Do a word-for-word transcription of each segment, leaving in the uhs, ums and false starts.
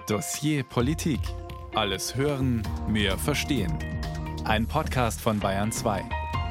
Dossier Politik. Alles hören, mehr verstehen. Ein Podcast von Bayern zwei.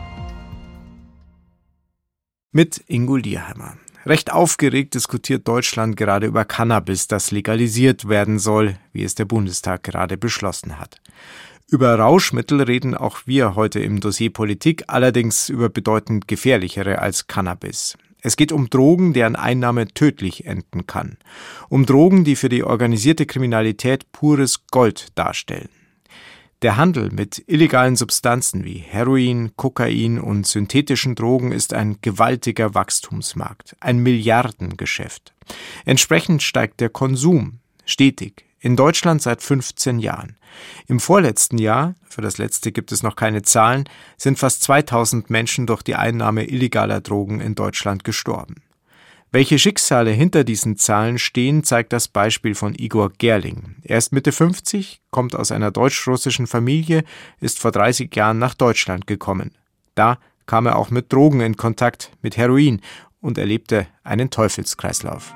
Mit Ingo Lierheimer. Recht aufgeregt diskutiert Deutschland gerade über Cannabis, das legalisiert werden soll, wie es der Bundestag gerade beschlossen hat. Über Rauschmittel reden auch wir heute im Dossier Politik, allerdings über bedeutend gefährlichere als Cannabis. Es geht um Drogen, deren Einnahme tödlich enden kann. Um Drogen, die für die organisierte Kriminalität pures Gold darstellen. Der Handel mit illegalen Substanzen wie Heroin, Kokain und synthetischen Drogen ist ein gewaltiger Wachstumsmarkt, ein Milliardengeschäft. Entsprechend steigt der Konsum stetig. In Deutschland seit fünfzehn Jahren. Im vorletzten Jahr, für das letzte gibt es noch keine Zahlen, sind fast zweitausend Menschen durch die Einnahme illegaler Drogen in Deutschland gestorben. Welche Schicksale hinter diesen Zahlen stehen, zeigt das Beispiel von Igor Gerling. Er ist Mitte fünfzig, kommt aus einer deutsch-russischen Familie, ist vor dreißig Jahren nach Deutschland gekommen. Da kam er auch mit Drogen in Kontakt, mit Heroin, und erlebte einen Teufelskreislauf.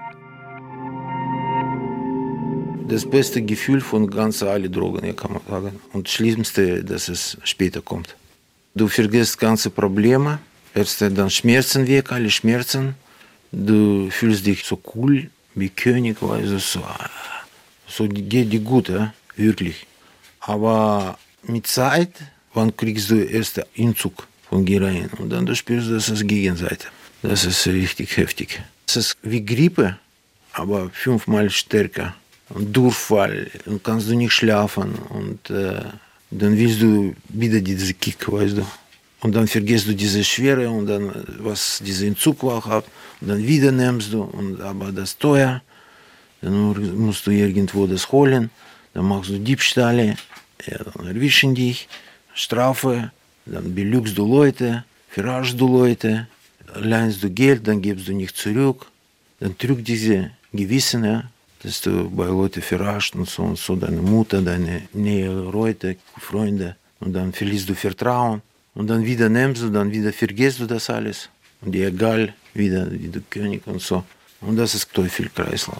Das beste Gefühl von ganz allen Drogen, ja, kann man sagen. Und das Schlimmste, dass es später kommt. Du vergisst ganze Probleme, erst dann Schmerzen weg, alle Schmerzen. Du fühlst dich so cool, wie König, also so, so geht dir gut, ja, wirklich. Aber mit Zeit, wann kriegst du erst den Entzug von Heroin und dann du spürst, das ist Gegenseite. Das ist richtig heftig. Das ist wie Grippe, aber fünfmal stärker. Und Durchfall, und kannst du nicht schlafen und äh, dann willst du wieder diese Kick, weißt du. Und dann vergisst du diese Schwere und dann, was diese Entzug hat, und dann wieder nimmst du, und, aber das ist teuer, dann musst du irgendwo das holen, dann machst du Diebstahle, ja, dann erwischen dich, Strafe, dann belügst du Leute, verarschst du Leute, leihst du Geld, dann gibst du nicht zurück, dann drückt diese Gewissen, ja, dass du bei Leuten verarscht und so und so, deine Mutter, deine nähere Leute, Freunde, und dann verlierst du Vertrauen und dann wieder nimmst du, dann wieder vergisst du das alles und dir egal, wieder wie der König und so. Und das ist Teufelskreislauf.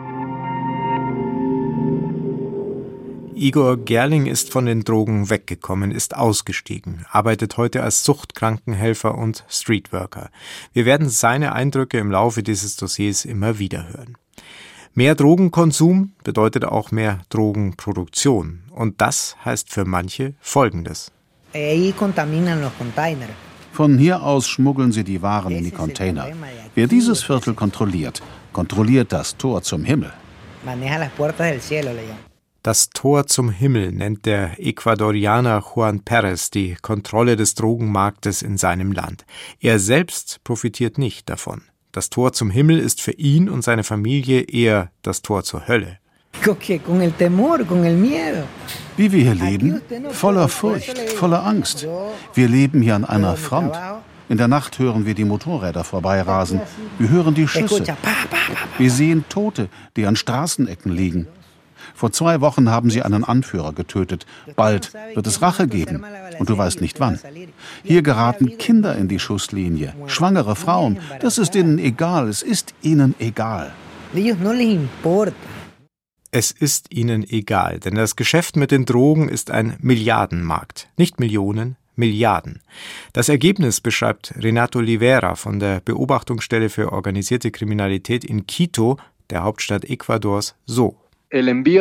Igor Gerling ist von den Drogen weggekommen, ist ausgestiegen, arbeitet heute als Suchtkrankenhelfer und Streetworker. Wir werden seine Eindrücke im Laufe dieses Dossiers immer wieder hören. Mehr Drogenkonsum bedeutet auch mehr Drogenproduktion. Und das heißt für manche Folgendes. Von hier aus schmuggeln sie die Waren in die Container. Wer dieses Viertel kontrolliert, kontrolliert das Tor zum Himmel. Das Tor zum Himmel nennt der Ecuadorianer Juan Perez die Kontrolle des Drogenmarktes in seinem Land. Er selbst profitiert nicht davon. Das Tor zum Himmel ist für ihn und seine Familie eher das Tor zur Hölle. Wie wir hier leben? Voller Furcht, voller Angst. Wir leben hier an einer Front. In der Nacht hören wir die Motorräder vorbeirasen. Wir hören die Schüsse. Wir sehen Tote, die an Straßenecken liegen. Vor zwei Wochen haben sie einen Anführer getötet. Bald wird es Rache geben. Und du weißt nicht wann. Hier geraten Kinder in die Schusslinie. Schwangere Frauen. Das ist ihnen egal. Es ist ihnen egal. Es ist ihnen egal, denn das Geschäft mit den Drogen ist ein Milliardenmarkt. Nicht Millionen, Milliarden. Das Ergebnis beschreibt Renato Livera von der Beobachtungsstelle für organisierte Kriminalität in Quito, der Hauptstadt Ecuadors, so. Es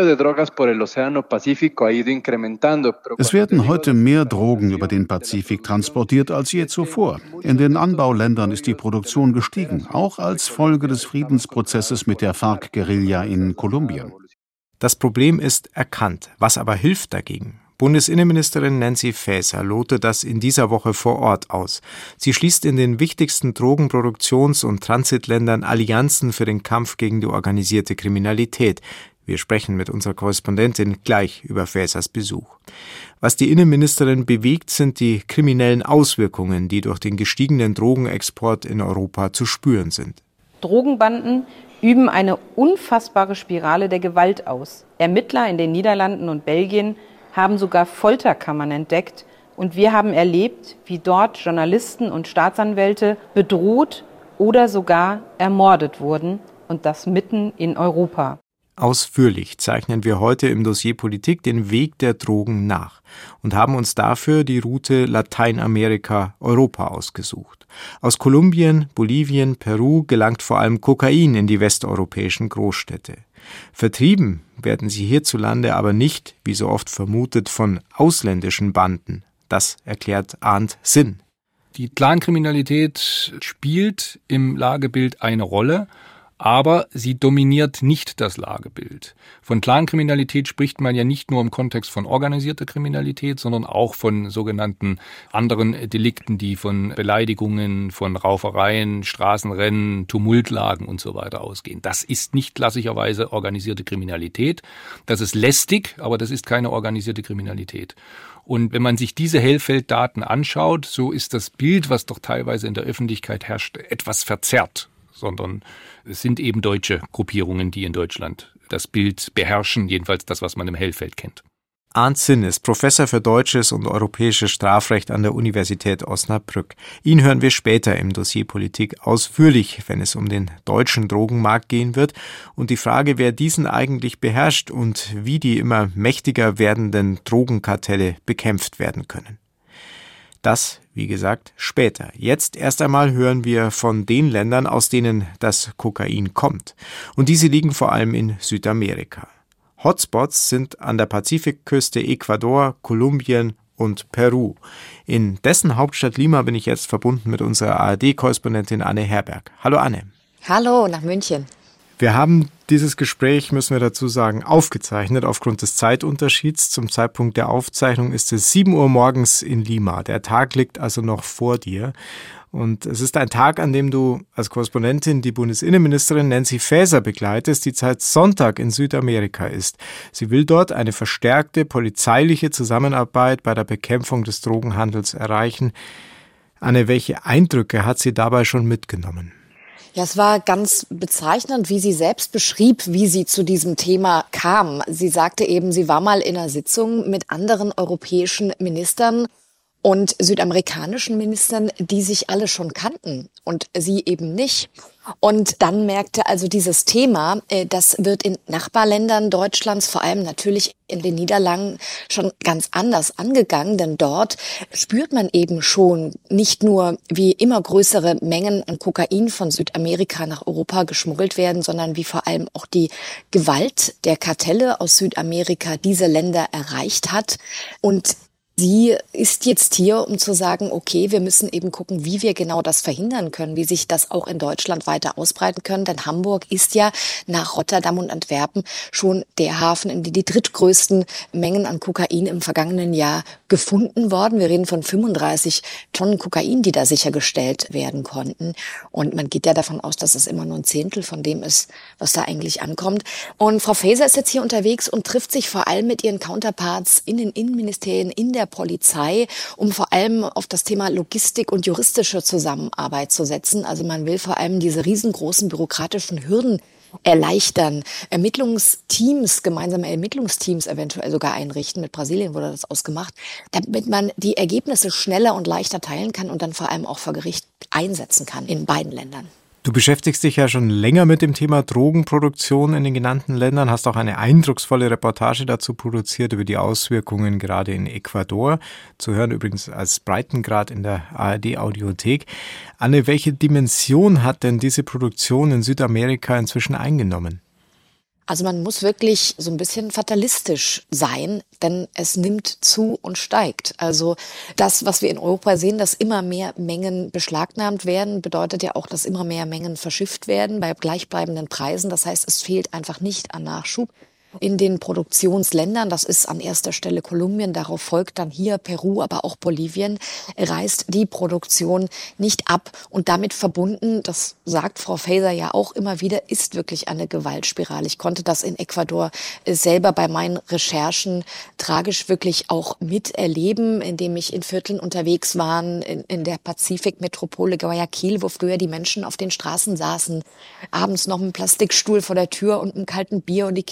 werden heute mehr Drogen über den Pazifik transportiert als je zuvor. In den Anbauländern ist die Produktion gestiegen, auch als Folge des Friedensprozesses mit der FARC-Guerilla in Kolumbien. Das Problem ist erkannt. Was aber hilft dagegen? Bundesinnenministerin Nancy Faeser lotet das in dieser Woche vor Ort aus. Sie schließt in den wichtigsten Drogenproduktions- und Transitländern Allianzen für den Kampf gegen die organisierte Kriminalität. Wir sprechen mit unserer Korrespondentin gleich über Faesers Besuch. Was die Innenministerin bewegt, sind die kriminellen Auswirkungen, die durch den gestiegenen Drogenexport in Europa zu spüren sind. Drogenbanden üben eine unfassbare Spirale der Gewalt aus. Ermittler in den Niederlanden und Belgien haben sogar Folterkammern entdeckt und wir haben erlebt, wie dort Journalisten und Staatsanwälte bedroht oder sogar ermordet wurden, und das mitten in Europa. Ausführlich zeichnen wir heute im Dossier Politik den Weg der Drogen nach und haben uns dafür die Route Lateinamerika-Europa ausgesucht. Aus Kolumbien, Bolivien, Peru gelangt vor allem Kokain in die westeuropäischen Großstädte. Vertrieben werden sie hierzulande aber nicht, wie so oft vermutet, von ausländischen Banden. Das erklärt Arndt Sinn. Die Clankriminalität spielt im Lagebild eine Rolle, aber sie dominiert nicht das Lagebild. Von Clankriminalität spricht man ja nicht nur im Kontext von organisierter Kriminalität, sondern auch von sogenannten anderen Delikten, die von Beleidigungen, von Raufereien, Straßenrennen, Tumultlagen und so weiter ausgehen. Das ist nicht klassischerweise organisierte Kriminalität. Das ist lästig, aber das ist keine organisierte Kriminalität. Und wenn man sich diese Hellfelddaten anschaut, so ist das Bild, was doch teilweise in der Öffentlichkeit herrscht, etwas verzerrt, sondern es sind eben deutsche Gruppierungen, die in Deutschland das Bild beherrschen, jedenfalls das, was man im Hellfeld kennt. Arndt Sinn ist Professor für Deutsches und Europäisches Strafrecht an der Universität Osnabrück. Ihn hören wir später im Dossier Politik ausführlich, wenn es um den deutschen Drogenmarkt gehen wird und die Frage, wer diesen eigentlich beherrscht und wie die immer mächtiger werdenden Drogenkartelle bekämpft werden können. Das, wie gesagt, später. Jetzt erst einmal hören wir von den Ländern, aus denen das Kokain kommt. Und diese liegen vor allem in Südamerika. Hotspots sind an der Pazifikküste Ecuador, Kolumbien und Peru. In dessen Hauptstadt Lima bin ich jetzt verbunden mit unserer A R D-Korrespondentin Anne Herberg. Hallo Anne. Hallo, nach München. Wir haben dieses Gespräch, müssen wir dazu sagen, aufgezeichnet aufgrund des Zeitunterschieds. Zum Zeitpunkt der Aufzeichnung ist es sieben Uhr morgens in Lima. Der Tag liegt also noch vor dir. Und es ist ein Tag, an dem du als Korrespondentin die Bundesinnenministerin Nancy Faeser begleitest, die seit Sonntag in Südamerika ist. Sie will dort eine verstärkte polizeiliche Zusammenarbeit bei der Bekämpfung des Drogenhandels erreichen. Anne, welche Eindrücke hat sie dabei schon mitgenommen? Ja, es war ganz bezeichnend, wie sie selbst beschrieb, wie sie zu diesem Thema kam. Sie sagte eben, sie war mal in einer Sitzung mit anderen europäischen Ministern und südamerikanischen Ministern, die sich alle schon kannten und sie eben nicht. Und dann merkte also dieses Thema, das wird in Nachbarländern Deutschlands, vor allem natürlich in den Niederlanden, schon ganz anders angegangen. Denn dort spürt man eben schon nicht nur, wie immer größere Mengen an Kokain von Südamerika nach Europa geschmuggelt werden, sondern wie vor allem auch die Gewalt der Kartelle aus Südamerika diese Länder erreicht hat. Und sie ist jetzt hier, um zu sagen, okay, wir müssen eben gucken, wie wir genau das verhindern können, wie sich das auch in Deutschland weiter ausbreiten können. Denn Hamburg ist ja nach Rotterdam und Antwerpen schon der Hafen, in dem die drittgrößten Mengen an Kokain im vergangenen Jahr gefunden worden. Wir reden von fünfunddreißig Tonnen Kokain, die da sichergestellt werden konnten. Und man geht ja davon aus, dass es immer nur ein Zehntel von dem ist, was da eigentlich ankommt. Und Frau Faeser ist jetzt hier unterwegs und trifft sich vor allem mit ihren Counterparts in den Innenministerien, in der Polizei, um vor allem auf das Thema Logistik und juristische Zusammenarbeit zu setzen. Also man will vor allem diese riesengroßen bürokratischen Hürden erleichtern, Ermittlungsteams, gemeinsame Ermittlungsteams eventuell sogar einrichten. Mit Brasilien wurde das ausgemacht, damit man die Ergebnisse schneller und leichter teilen kann und dann vor allem auch vor Gericht einsetzen kann in beiden Ländern. Du beschäftigst dich ja schon länger mit dem Thema Drogenproduktion in den genannten Ländern, hast auch eine eindrucksvolle Reportage dazu produziert über die Auswirkungen gerade in Ecuador. Zu hören übrigens als Breitengrad in der A R D-Audiothek. Anne, welche Dimension hat denn diese Produktion in Südamerika inzwischen eingenommen? Also man muss wirklich so ein bisschen fatalistisch sein, denn es nimmt zu und steigt. Also das, was wir in Europa sehen, dass immer mehr Mengen beschlagnahmt werden, bedeutet ja auch, dass immer mehr Mengen verschifft werden bei gleichbleibenden Preisen. Das heißt, es fehlt einfach nicht an Nachschub in den Produktionsländern. Das ist an erster Stelle Kolumbien, darauf folgt dann hier Peru, aber auch Bolivien, reißt die Produktion nicht ab. Und damit verbunden, das sagt Frau Faeser ja auch immer wieder, ist wirklich eine Gewaltspirale. Ich konnte das in Ecuador selber bei meinen Recherchen tragisch wirklich auch miterleben, indem ich in Vierteln unterwegs war, in, in der Pazifikmetropole Guayaquil, wo früher die Menschen auf den Straßen saßen, abends noch einen Plastikstuhl vor der Tür und einen kalten Bier und die Kids mit dem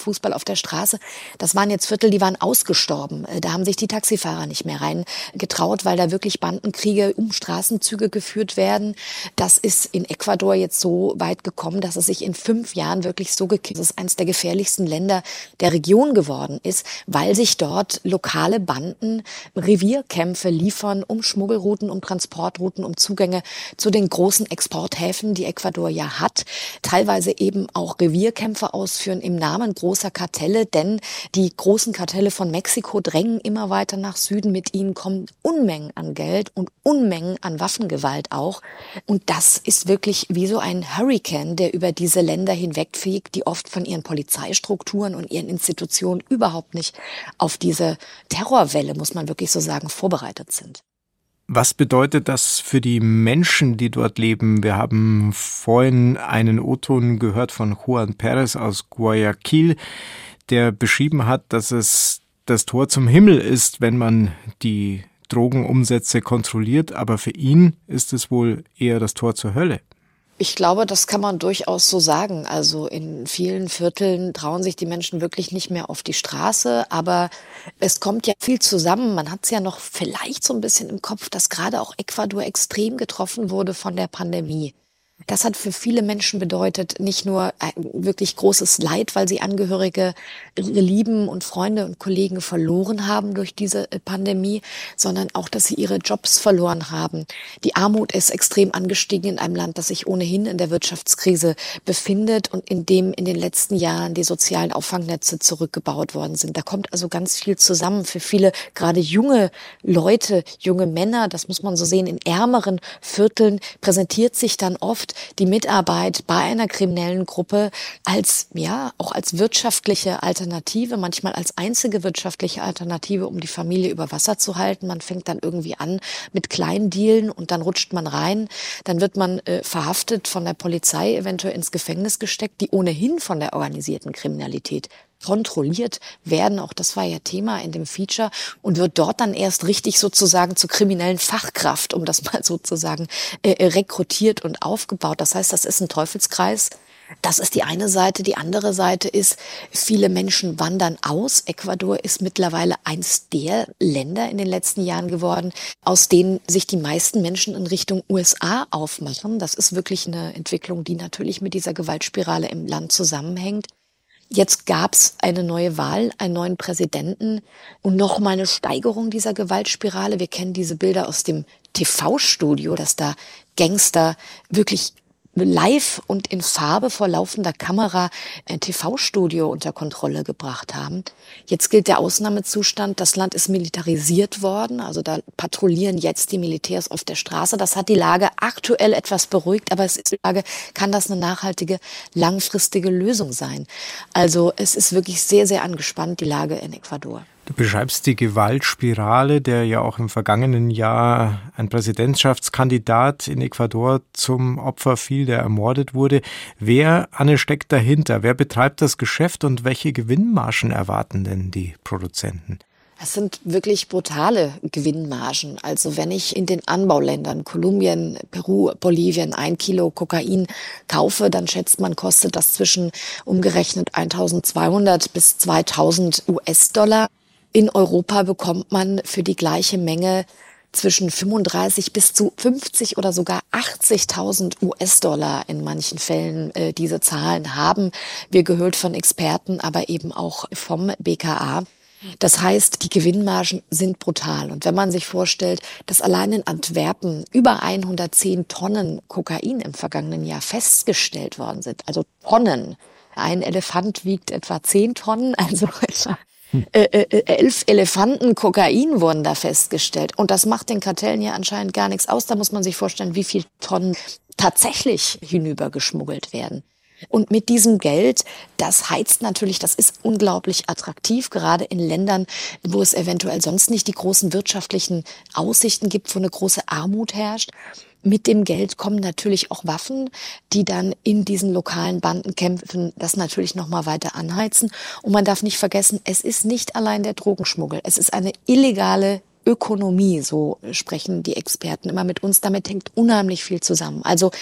Fußball auf der Straße. Das waren jetzt Viertel, die waren ausgestorben. Da haben sich die Taxifahrer nicht mehr reingetraut, weil da wirklich Bandenkriege um Straßenzüge geführt werden. Das ist in Ecuador jetzt so weit gekommen, dass es sich in fünf Jahren wirklich so gekippt ist, eines der gefährlichsten Länder der Region geworden ist, weil sich dort lokale Banden Revierkämpfe liefern um Schmuggelrouten, um Transportrouten, um Zugänge zu den großen Exporthäfen, die Ecuador ja hat. Teilweise eben auch Revierkämpfe ausführen im Namen großer Kartelle, denn die großen Kartelle von Mexiko drängen immer weiter nach Süden. Mit ihnen kommen Unmengen an Geld und Unmengen an Waffengewalt auch. Und das ist wirklich wie so ein Hurrikan, der über diese Länder hinwegfegt, die oft von ihren Polizeistrukturen und ihren Institutionen überhaupt nicht auf diese Terrorwelle, muss man wirklich so sagen, vorbereitet sind. Was bedeutet das für die Menschen, die dort leben? Wir haben vorhin einen O-Ton gehört von Juan Perez aus Guayaquil, der beschrieben hat, dass es das Tor zum Himmel ist, wenn man die Drogenumsätze kontrolliert. Aber für ihn ist es wohl eher das Tor zur Hölle. Ich glaube, das kann man durchaus so sagen. Also in vielen Vierteln trauen sich die Menschen wirklich nicht mehr auf die Straße. Aber es kommt ja viel zusammen. Man hat es ja noch vielleicht so ein bisschen im Kopf, dass gerade auch Ecuador extrem getroffen wurde von der Pandemie. Das hat für viele Menschen bedeutet, nicht nur wirklich großes Leid, weil sie Angehörige, ihre Lieben und Freunde und Kollegen verloren haben durch diese Pandemie, sondern auch, dass sie ihre Jobs verloren haben. Die Armut ist extrem angestiegen in einem Land, das sich ohnehin in der Wirtschaftskrise befindet und in dem in den letzten Jahren die sozialen Auffangnetze zurückgebaut worden sind. Da kommt also ganz viel zusammen für viele, gerade junge Leute, junge Männer, das muss man so sehen, in ärmeren Vierteln präsentiert sich dann oft die Mitarbeit bei einer kriminellen Gruppe als, ja, auch als wirtschaftliche Alternative, manchmal als einzige wirtschaftliche Alternative, um die Familie über Wasser zu halten. Man fängt dann irgendwie an mit Kleindealen und dann rutscht man rein. Dann wird man äh, verhaftet, von der Polizei eventuell ins Gefängnis gesteckt, die ohnehin von der organisierten Kriminalität kontrolliert werden. Auch das war ja Thema in dem Feature und wird dort dann erst richtig sozusagen zur kriminellen Fachkraft, um das mal sozusagen äh, rekrutiert und aufgebaut. Das heißt, das ist ein Teufelskreis. Das ist die eine Seite. Die andere Seite ist, viele Menschen wandern aus. Ecuador ist mittlerweile eins der Länder in den letzten Jahren geworden, aus denen sich die meisten Menschen in Richtung U S A aufmachen. Das ist wirklich eine Entwicklung, die natürlich mit dieser Gewaltspirale im Land zusammenhängt. Jetzt gab's eine neue Wahl, einen neuen Präsidenten und nochmal eine Steigerung dieser Gewaltspirale. Wir kennen diese Bilder aus dem T V-Studio, dass da Gangster wirklich live und in Farbe vor laufender Kamera ein T V-Studio unter Kontrolle gebracht haben. Jetzt gilt der Ausnahmezustand. Das Land ist militarisiert worden. Also da patrouillieren jetzt die Militärs auf der Straße. Das hat die Lage aktuell etwas beruhigt. Aber es ist die Frage, kann das eine nachhaltige, langfristige Lösung sein? Also es ist wirklich sehr, sehr angespannt, die Lage in Ecuador. Du beschreibst die Gewaltspirale, der ja auch im vergangenen Jahr ein Präsidentschaftskandidat in Ecuador zum Opfer fiel, der ermordet wurde. Wer, Anne, steckt dahinter? Wer betreibt das Geschäft und welche Gewinnmargen erwarten denn die Produzenten? Es sind wirklich brutale Gewinnmargen. Also wenn ich in den Anbauländern Kolumbien, Peru, Bolivien ein Kilo Kokain kaufe, dann schätzt man, kostet das zwischen umgerechnet eintausendzweihundert bis zweitausend U S-Dollar. In Europa bekommt man für die gleiche Menge zwischen fünfunddreißig bis zu fünfzig oder sogar achtzigtausend U S-Dollar in manchen Fällen. Äh, diese Zahlen haben wir gehört von Experten, aber eben auch vom B K A. Das heißt, die Gewinnmargen sind brutal. Und wenn man sich vorstellt, dass allein in Antwerpen über hundertzehn Tonnen Kokain im vergangenen Jahr festgestellt worden sind, also Tonnen. Ein Elefant wiegt etwa zehn Tonnen, also etwa äh, äh, elf Elefanten Kokain wurden da festgestellt. Und das macht den Kartellen ja anscheinend gar nichts aus. Da muss man sich vorstellen, wie viel Tonnen tatsächlich hinübergeschmuggelt werden. Und mit diesem Geld, das heizt natürlich, das ist unglaublich attraktiv, gerade in Ländern, wo es eventuell sonst nicht die großen wirtschaftlichen Aussichten gibt, wo eine große Armut herrscht. Mit dem Geld kommen natürlich auch Waffen, die dann in diesen lokalen Bandenkämpfen das natürlich nochmal weiter anheizen. Und man darf nicht vergessen, es ist nicht allein der Drogenschmuggel, es ist eine illegale Ökonomie, so sprechen die Experten immer mit uns. Damit hängt unheimlich viel zusammen. Also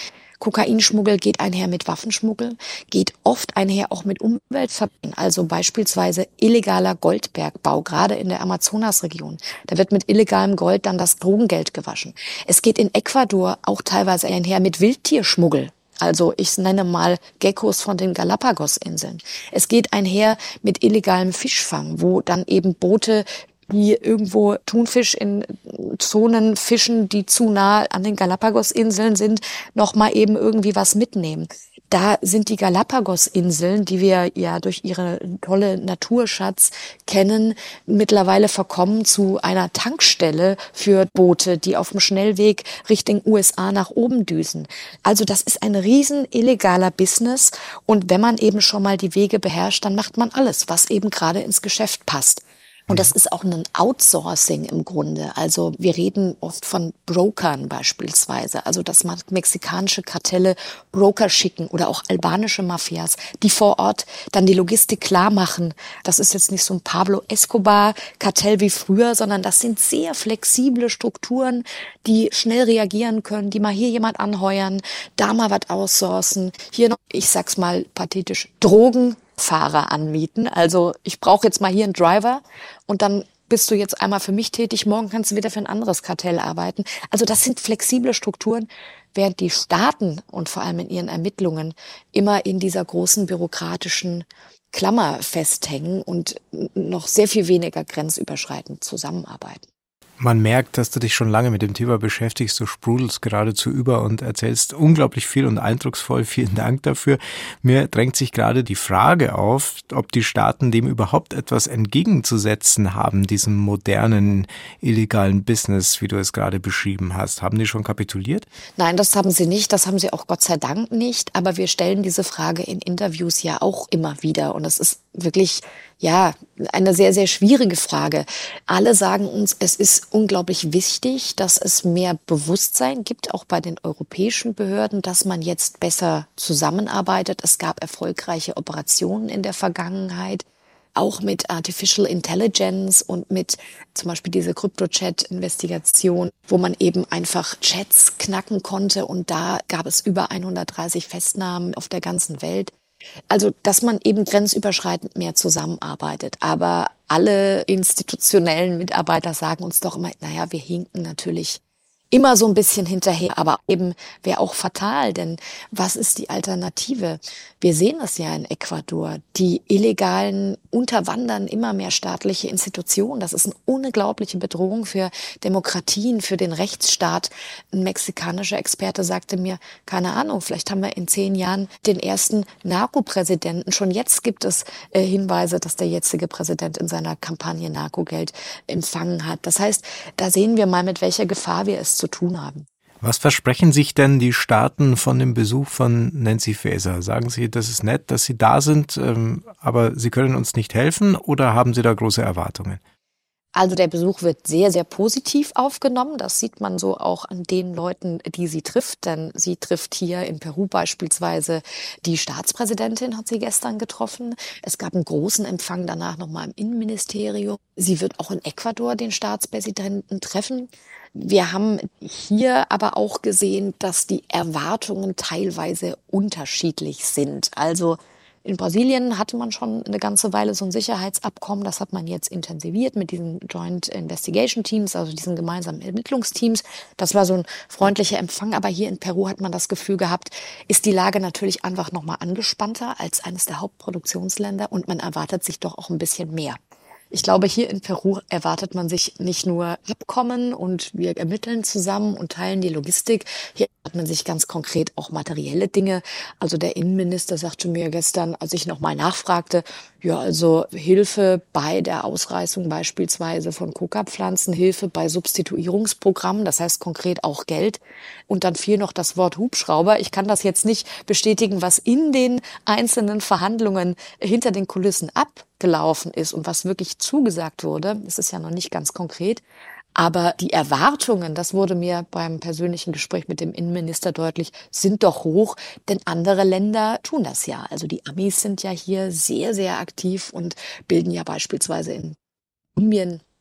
Kokainschmuggel geht einher mit Waffenschmuggel, geht oft einher auch mit Umweltverbrechen, also beispielsweise illegaler Goldbergbau, gerade in der Amazonasregion. Da wird mit illegalem Gold dann das Drogengeld gewaschen. Es geht in Ecuador auch teilweise einher mit Wildtierschmuggel. Also ich nenne mal Geckos von den Galapagos-Inseln. Es geht einher mit illegalem Fischfang, wo dann eben Boote, die irgendwo Thunfisch in Zonen fischen, die zu nah an den Galapagos-Inseln sind, noch mal eben irgendwie was mitnehmen. Da sind die Galapagos-Inseln, die wir ja durch ihre tolle Naturschatz kennen, mittlerweile verkommen zu einer Tankstelle für Boote, die auf dem Schnellweg Richtung U S A nach oben düsen. Also das ist ein riesen illegaler Business. Und wenn man eben schon mal die Wege beherrscht, dann macht man alles, was eben gerade ins Geschäft passt. Und das ist auch ein Outsourcing im Grunde. Also wir reden oft von Brokern beispielsweise. Also dass man mexikanische Kartelle Broker schicken oder auch albanische Mafias, die vor Ort dann die Logistik klar machen. Das ist jetzt nicht so ein Pablo Escobar-Kartell wie früher, sondern das sind sehr flexible Strukturen, die schnell reagieren können, die mal hier jemand anheuern, da mal was outsourcen. Hier noch, ich sag's mal pathetisch, Drogen. Fahrer anmieten. Also ich brauche jetzt mal hier einen Driver und dann bist du jetzt einmal für mich tätig, morgen kannst du wieder für ein anderes Kartell arbeiten. Also das sind flexible Strukturen, während die Staaten und vor allem in ihren Ermittlungen immer in dieser großen bürokratischen Klammer festhängen und noch sehr viel weniger grenzüberschreitend zusammenarbeiten. Man merkt, dass du dich schon lange mit dem Thema beschäftigst, du sprudelst geradezu über und erzählst unglaublich viel und eindrucksvoll. Vielen Dank dafür. Mir drängt sich gerade die Frage auf, ob die Staaten dem überhaupt etwas entgegenzusetzen haben, diesem modernen, illegalen Business, wie du es gerade beschrieben hast. Haben die schon kapituliert? Nein, das haben sie nicht. Das haben sie auch Gott sei Dank nicht. Aber wir stellen diese Frage in Interviews ja auch immer wieder. Und es ist wirklich, ja, eine sehr, sehr schwierige Frage. Alle sagen uns, es ist unglaublich wichtig, dass es mehr Bewusstsein gibt, auch bei den europäischen Behörden, dass man jetzt besser zusammenarbeitet. Es gab erfolgreiche Operationen in der Vergangenheit, auch mit Artificial Intelligence und mit zum Beispiel diese Crypto-Chat-Investigation, wo man eben einfach Chats knacken konnte. Und da gab es über hundertdreißig Festnahmen auf der ganzen Welt. Also, dass man eben grenzüberschreitend mehr zusammenarbeitet. Aber alle institutionellen Mitarbeiter sagen uns doch immer, naja, wir hinken natürlich immer so ein bisschen hinterher, aber eben wäre auch fatal, denn was ist die Alternative? Wir sehen es ja in Ecuador. Die Illegalen unterwandern immer mehr staatliche Institutionen. Das ist eine unglaubliche Bedrohung für Demokratien, für den Rechtsstaat. Ein mexikanischer Experte sagte mir, keine Ahnung, vielleicht haben wir in zehn Jahren den ersten Narko-Präsidenten. Schon jetzt gibt es äh, Hinweise, dass der jetzige Präsident in seiner Kampagne Narkogeld empfangen hat. Das heißt, da sehen wir mal, mit welcher Gefahr wir es zu tun haben. Was versprechen sich denn die Staaten von dem Besuch von Nancy Faeser? Sagen Sie, das ist nett, dass Sie da sind, aber Sie können uns nicht helfen, oder haben Sie da große Erwartungen? Also der Besuch wird sehr, sehr positiv aufgenommen. Das sieht man so auch an den Leuten, die sie trifft. Denn sie trifft hier in Peru beispielsweise die Staatspräsidentin, hat sie gestern getroffen. Es gab einen großen Empfang danach nochmal im Innenministerium. Sie wird auch in Ecuador den Staatspräsidenten treffen. Wir haben hier aber auch gesehen, dass die Erwartungen teilweise unterschiedlich sind. Also in Brasilien hatte man schon eine ganze Weile so ein Sicherheitsabkommen. Das hat man jetzt intensiviert mit diesen Joint Investigation Teams, also diesen gemeinsamen Ermittlungsteams. Das war so ein freundlicher Empfang. Aber hier in Peru hat man das Gefühl gehabt, ist die Lage natürlich einfach noch mal angespannter als eines der Hauptproduktionsländer. Und man erwartet sich doch auch ein bisschen mehr. Ich glaube, hier in Peru erwartet man sich nicht nur Abkommen und wir ermitteln zusammen und teilen die Logistik. Hier erwartet man sich ganz konkret auch materielle Dinge. Also der Innenminister sagte mir gestern, als ich nochmal nachfragte, ja, also Hilfe bei der Ausreißung beispielsweise von Coca-Pflanzen, Hilfe bei Substituierungsprogrammen, das heißt konkret auch Geld. Und dann fiel noch das Wort Hubschrauber. Ich kann das jetzt nicht bestätigen, was in den einzelnen Verhandlungen hinter den Kulissen abgelaufen ist und was wirklich zugesagt wurde. Das ist ja noch nicht ganz konkret. Aber die Erwartungen, das wurde mir beim persönlichen Gespräch mit dem Innenminister deutlich, sind doch hoch, denn andere Länder tun das ja. Also die Amis sind ja hier sehr, sehr aktiv und bilden ja beispielsweise in Kolumbien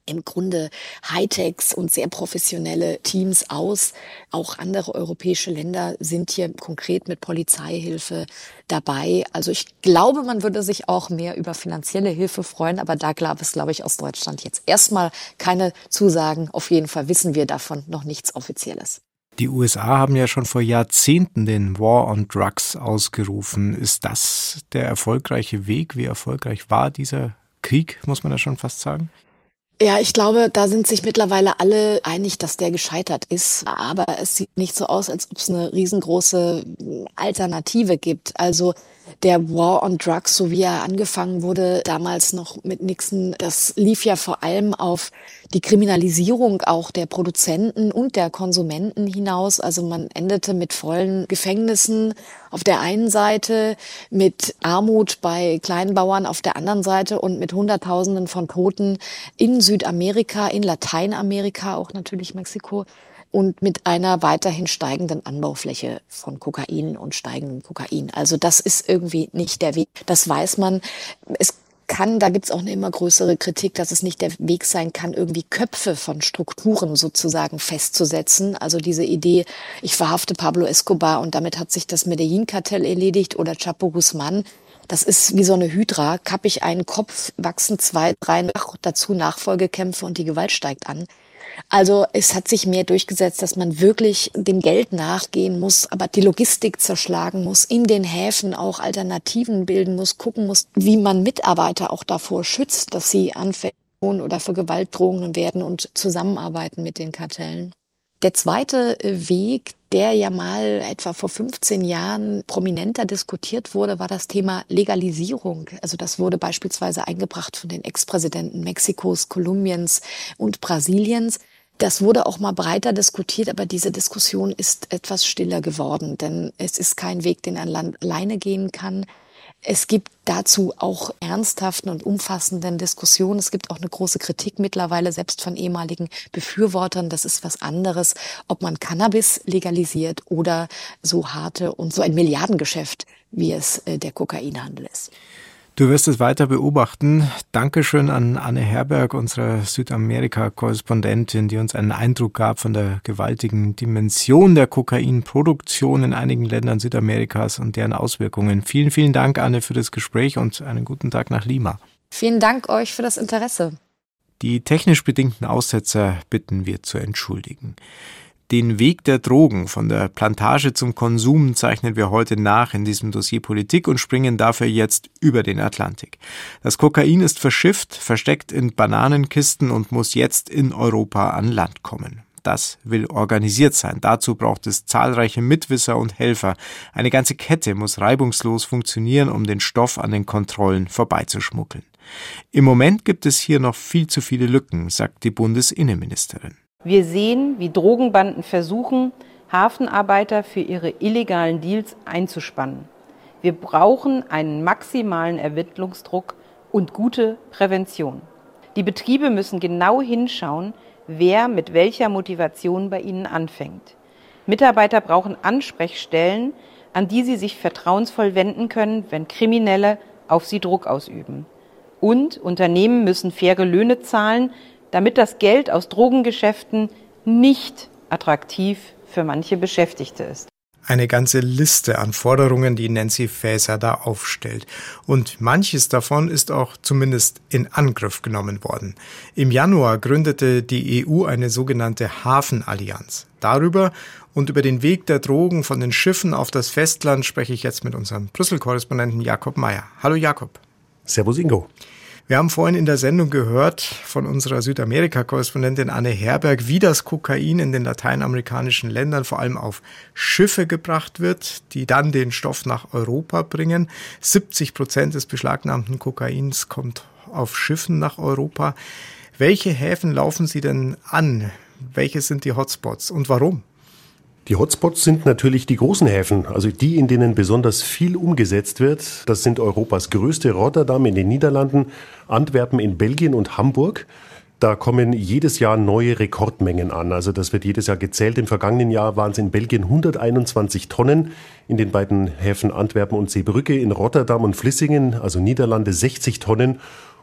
im Grunde Hightechs und sehr professionelle Teams aus. Auch andere europäische Länder sind hier konkret mit Polizeihilfe dabei. Also ich glaube, man würde sich auch mehr über finanzielle Hilfe freuen, aber da gab es, glaube ich, aus Deutschland jetzt erstmal keine Zusagen. Auf jeden Fall wissen wir davon noch nichts Offizielles. Die U S A haben ja schon vor Jahrzehnten den War on Drugs ausgerufen. Ist das der erfolgreiche Weg? Wie erfolgreich war dieser Krieg, muss man da schon fast sagen? Ja, ich glaube, da sind sich mittlerweile alle einig, dass der gescheitert ist. Aber es sieht nicht so aus, als ob es eine riesengroße Alternative gibt. Also der War on Drugs, so wie er angefangen wurde, damals noch mit Nixon, das lief ja vor allem auf die Kriminalisierung auch der Produzenten und der Konsumenten hinaus. Also man endete mit vollen Gefängnissen auf der einen Seite, mit Armut bei Kleinbauern auf der anderen Seite und mit Hunderttausenden von Toten in Südamerika, in Lateinamerika, auch natürlich Mexiko. Und mit einer weiterhin steigenden Anbaufläche von Kokain und steigendem Kokain. Also das ist irgendwie nicht der Weg. Das weiß man. Es kann, da gibt's auch eine immer größere Kritik, dass es nicht der Weg sein kann, irgendwie Köpfe von Strukturen sozusagen festzusetzen. Also diese Idee, ich verhafte Pablo Escobar und damit hat sich das Medellin-Kartell erledigt oder Chapo Guzman. Das ist wie so eine Hydra. Kapp ich einen Kopf, wachsen zwei, drei nach, dazu Nachfolgekämpfe und die Gewalt steigt an. Also es hat sich mehr durchgesetzt, dass man wirklich dem Geld nachgehen muss, aber die Logistik zerschlagen muss, in den Häfen auch Alternativen bilden muss, gucken muss, wie man Mitarbeiter auch davor schützt, dass sie anfällig oder für Gewaltdrohungen werden und zusammenarbeiten mit den Kartellen. Der zweite Weg, der ja mal etwa vor fünfzehn Jahren prominenter diskutiert wurde, war das Thema Legalisierung. Also das wurde beispielsweise eingebracht von den Ex-Präsidenten Mexikos, Kolumbiens und Brasiliens. Das wurde auch mal breiter diskutiert, aber diese Diskussion ist etwas stiller geworden, denn es ist kein Weg, den ein Land alleine gehen kann. Es gibt dazu auch ernsthaften und umfassenden Diskussionen. Es gibt auch eine große Kritik mittlerweile, selbst von ehemaligen Befürwortern. Das ist was anderes, ob man Cannabis legalisiert oder so harte und so ein Milliardengeschäft, wie es der Kokainhandel ist. Du wirst es weiter beobachten. Dankeschön an Anne Herberg, unsere Südamerika-Korrespondentin, die uns einen Eindruck gab von der gewaltigen Dimension der Kokainproduktion in einigen Ländern Südamerikas und deren Auswirkungen. Vielen, vielen Dank, Anne, für das Gespräch und einen guten Tag nach Lima. Vielen Dank euch für das Interesse. Die technisch bedingten Aussetzer bitten wir zu entschuldigen. Den Weg der Drogen von der Plantage zum Konsum zeichnen wir heute nach in diesem Dossier Politik und springen dafür jetzt über den Atlantik. Das Kokain ist verschifft, versteckt in Bananenkisten und muss jetzt in Europa an Land kommen. Das will organisiert sein. Dazu braucht es zahlreiche Mitwisser und Helfer. Eine ganze Kette muss reibungslos funktionieren, um den Stoff an den Kontrollen vorbeizuschmuggeln. Im Moment gibt es hier noch viel zu viele Lücken, sagt die Bundesinnenministerin. Wir sehen, wie Drogenbanden versuchen, Hafenarbeiter für ihre illegalen Deals einzuspannen. Wir brauchen einen maximalen Ermittlungsdruck und gute Prävention. Die Betriebe müssen genau hinschauen, wer mit welcher Motivation bei ihnen anfängt. Mitarbeiter brauchen Ansprechstellen, an die sie sich vertrauensvoll wenden können, wenn Kriminelle auf sie Druck ausüben. Und Unternehmen müssen faire Löhne zahlen, damit das Geld aus Drogengeschäften nicht attraktiv für manche Beschäftigte ist. Eine ganze Liste an Forderungen, die Nancy Faeser da aufstellt. Und manches davon ist auch zumindest in Angriff genommen worden. Im Januar gründete die E U eine sogenannte Hafenallianz. Darüber und über den Weg der Drogen von den Schiffen auf das Festland spreche ich jetzt mit unserem Brüssel-Korrespondenten Jakob Mayer. Hallo Jakob. Servus Ingo. Wir haben vorhin in der Sendung gehört von unserer Südamerika-Korrespondentin Anne Herberg, wie das Kokain in den lateinamerikanischen Ländern vor allem auf Schiffe gebracht wird, die dann den Stoff nach Europa bringen. siebzig Prozent des beschlagnahmten Kokains kommt auf Schiffen nach Europa. Welche Häfen laufen Sie denn an? Welche sind die Hotspots und warum? Die Hotspots sind natürlich die großen Häfen, also die, in denen besonders viel umgesetzt wird. Das sind Europas größte Rotterdam in den Niederlanden, Antwerpen in Belgien und Hamburg. Da kommen jedes Jahr neue Rekordmengen an. Also das wird jedes Jahr gezählt. Im vergangenen Jahr waren es in Belgien hunderteinundzwanzig Tonnen, in den beiden Häfen Antwerpen und Seebrücke, in Rotterdam und Vlissingen, also Niederlande, sechzig Tonnen.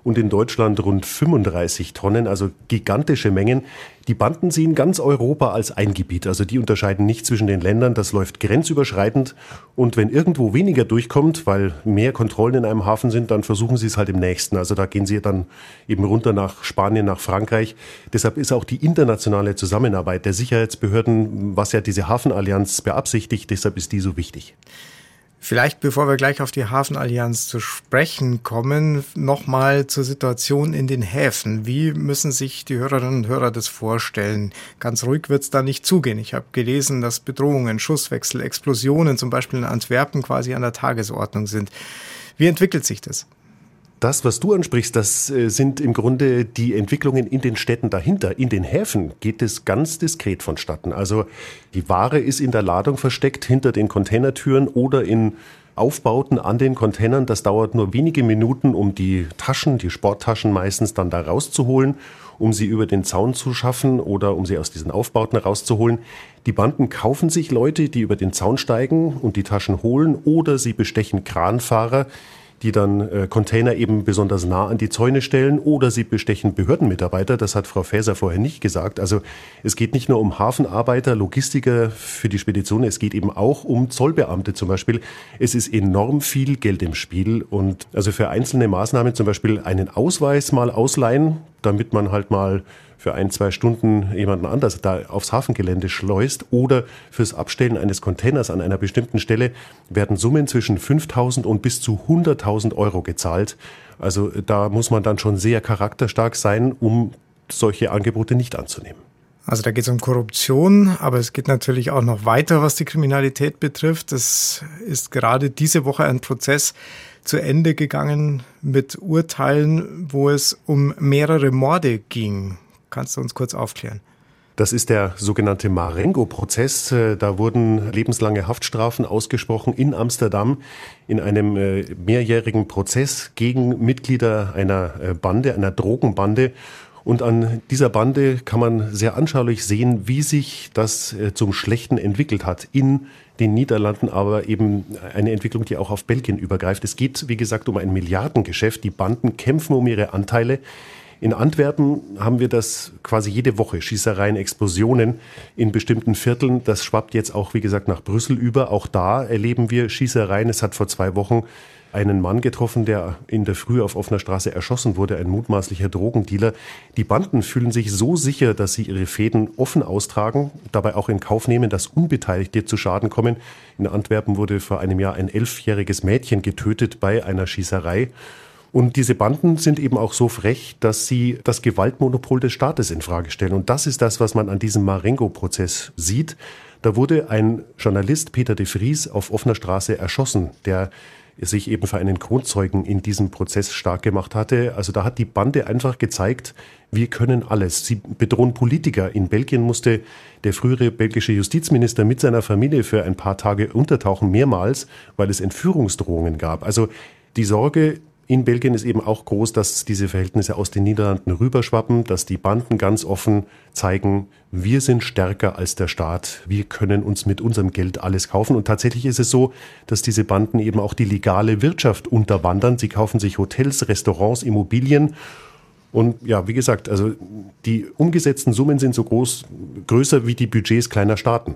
und in Deutschland rund fünfunddreißig Tonnen, also gigantische Mengen. Die Banden sehen ganz Europa als ein Gebiet, also die unterscheiden nicht zwischen den Ländern, das läuft grenzüberschreitend und wenn irgendwo weniger durchkommt, weil mehr Kontrollen in einem Hafen sind, dann versuchen sie es halt im nächsten, also da gehen sie dann eben runter nach Spanien, nach Frankreich. Deshalb ist auch die internationale Zusammenarbeit der Sicherheitsbehörden, was ja diese Hafenallianz beabsichtigt, deshalb ist die so wichtig. Vielleicht, bevor wir gleich auf die Hafenallianz zu sprechen kommen, nochmal zur Situation in den Häfen. Wie müssen sich die Hörerinnen und Hörer das vorstellen? Ganz ruhig wird es da nicht zugehen. Ich habe gelesen, dass Bedrohungen, Schusswechsel, Explosionen zum Beispiel in Antwerpen quasi an der Tagesordnung sind. Wie entwickelt sich das? Das, was du ansprichst, das sind im Grunde die Entwicklungen in den Städten dahinter. In den Häfen geht es ganz diskret vonstatten. Also die Ware ist in der Ladung versteckt, hinter den Containertüren oder in Aufbauten an den Containern. Das dauert nur wenige Minuten, um die Taschen, die Sporttaschen meistens dann da rauszuholen, um sie über den Zaun zu schaffen oder um sie aus diesen Aufbauten rauszuholen. Die Banden kaufen sich Leute, die über den Zaun steigen und die Taschen holen, oder sie bestechen Kranfahrer, die dann äh, Container eben besonders nah an die Zäune stellen, oder sie bestechen Behördenmitarbeiter. Das hat Frau Faeser vorher nicht gesagt. Also es geht nicht nur um Hafenarbeiter, Logistiker für die Spedition, es geht eben auch um Zollbeamte zum Beispiel. Es ist enorm viel Geld im Spiel und also für einzelne Maßnahmen zum Beispiel einen Ausweis mal ausleihen, damit man halt mal für ein, zwei Stunden jemanden anders da aufs Hafengelände schleust, oder fürs Abstellen eines Containers an einer bestimmten Stelle werden Summen zwischen fünftausend und bis zu hunderttausend Euro gezahlt. Also da muss man dann schon sehr charakterstark sein, um solche Angebote nicht anzunehmen. Also da geht es um Korruption, aber es geht natürlich auch noch weiter, was die Kriminalität betrifft. Es ist gerade diese Woche ein Prozess zu Ende gegangen mit Urteilen, wo es um mehrere Morde ging. Kannst du uns kurz aufklären? Das ist der sogenannte Marengo-Prozess. Da wurden lebenslange Haftstrafen ausgesprochen in Amsterdam in einem mehrjährigen Prozess gegen Mitglieder einer Bande, einer Drogenbande. Und an dieser Bande kann man sehr anschaulich sehen, wie sich das zum Schlechten entwickelt hat in den Niederlanden, aber eben eine Entwicklung, die auch auf Belgien übergreift. Es geht, wie gesagt, um ein Milliardengeschäft. Die Banden kämpfen um ihre Anteile. In Antwerpen haben wir das quasi jede Woche, Schießereien, Explosionen in bestimmten Vierteln. Das schwappt jetzt auch, wie gesagt, nach Brüssel über. Auch da erleben wir Schießereien. Es hat vor zwei Wochen einen Mann getroffen, der in der Früh auf offener Straße erschossen wurde, ein mutmaßlicher Drogendealer. Die Banden fühlen sich so sicher, dass sie ihre Fäden offen austragen, dabei auch in Kauf nehmen, dass Unbeteiligte zu Schaden kommen. In Antwerpen wurde vor einem Jahr ein elfjähriges Mädchen getötet bei einer Schießerei. Und diese Banden sind eben auch so frech, dass sie das Gewaltmonopol des Staates in Frage stellen. Und das ist das, was man an diesem Marengo-Prozess sieht. Da wurde ein Journalist, Peter de Vries, auf offener Straße erschossen, der sich eben für einen Kronzeugen in diesem Prozess stark gemacht hatte. Also da hat die Bande einfach gezeigt, wir können alles. Sie bedrohen Politiker. In Belgien musste der frühere belgische Justizminister mit seiner Familie für ein paar Tage untertauchen, mehrmals, weil es Entführungsdrohungen gab. Also die Sorge in Belgien ist eben auch groß, dass diese Verhältnisse aus den Niederlanden rüberschwappen, dass die Banden ganz offen zeigen, wir sind stärker als der Staat, wir können uns mit unserem Geld alles kaufen. Und tatsächlich ist es so, dass diese Banden eben auch die legale Wirtschaft unterwandern. Sie kaufen sich Hotels, Restaurants, Immobilien. Und ja, wie gesagt, also die umgesetzten Summen sind so groß, größer wie die Budgets kleiner Staaten.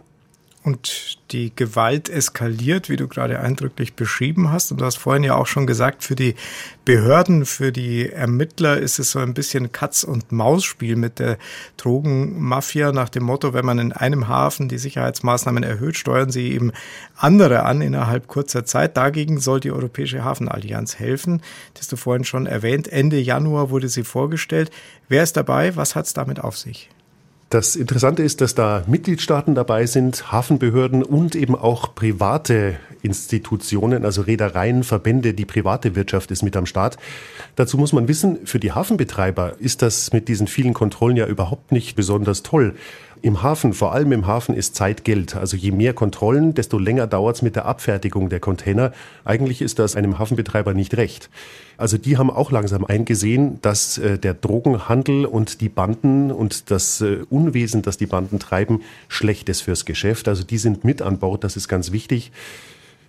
Und die Gewalt eskaliert, wie du gerade eindrücklich beschrieben hast. Und du hast vorhin ja auch schon gesagt, für die Behörden, für die Ermittler ist es so ein bisschen Katz-und-Maus-Spiel mit der Drogenmafia nach dem Motto, wenn man in einem Hafen die Sicherheitsmaßnahmen erhöht, steuern sie eben andere an innerhalb kurzer Zeit. Dagegen soll die Europäische Hafenallianz helfen. Das hast du vorhin schon erwähnt. Ende Januar wurde sie vorgestellt. Wer ist dabei? Was hat es damit auf sich? Das Interessante ist, dass da Mitgliedstaaten dabei sind, Hafenbehörden und eben auch private Institutionen, also Reedereien, Verbände, die private Wirtschaft ist mit am Start. Dazu muss man wissen, für die Hafenbetreiber ist das mit diesen vielen Kontrollen ja überhaupt nicht besonders toll. Im Hafen, vor allem im Hafen, ist Zeit Geld. Also je mehr Kontrollen, desto länger dauert es mit der Abfertigung der Container. Eigentlich ist das einem Hafenbetreiber nicht recht. Also die haben auch langsam eingesehen, dass äh, der Drogenhandel und die Banden und das äh, Unwesen, das die Banden treiben, schlecht ist fürs Geschäft. Also die sind mit an Bord, das ist ganz wichtig.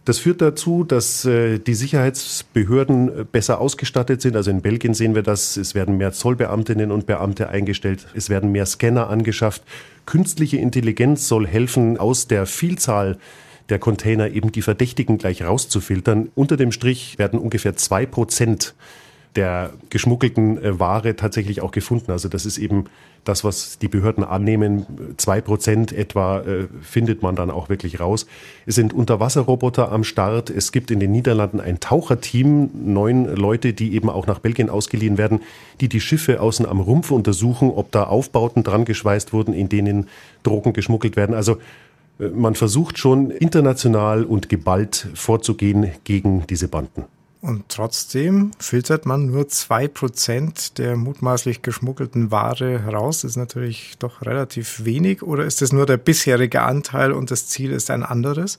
Das führt dazu, dass äh, die Sicherheitsbehörden besser ausgestattet sind. Also in Belgien sehen wir das, es werden mehr Zollbeamtinnen und Beamte eingestellt, es werden mehr Scanner angeschafft. Künstliche Intelligenz soll helfen, aus der Vielzahl der Container eben die Verdächtigen gleich rauszufiltern. Unter dem Strich werden ungefähr zwei Prozent der geschmuggelten äh, Ware tatsächlich auch gefunden. Also das ist eben das, was die Behörden annehmen. Zwei Prozent etwa äh, findet man dann auch wirklich raus. Es sind Unterwasserroboter am Start. Es gibt in den Niederlanden ein Taucherteam, neun Leute, die eben auch nach Belgien ausgeliehen werden, die die Schiffe außen am Rumpf untersuchen, ob da Aufbauten dran geschweißt wurden, in denen Drogen geschmuggelt werden. Also äh, man versucht schon international und geballt vorzugehen gegen diese Banden. Und trotzdem filtert man nur zwei Prozent der mutmaßlich geschmuggelten Ware heraus. Das ist natürlich doch relativ wenig. Oder ist das nur der bisherige Anteil und das Ziel ist ein anderes?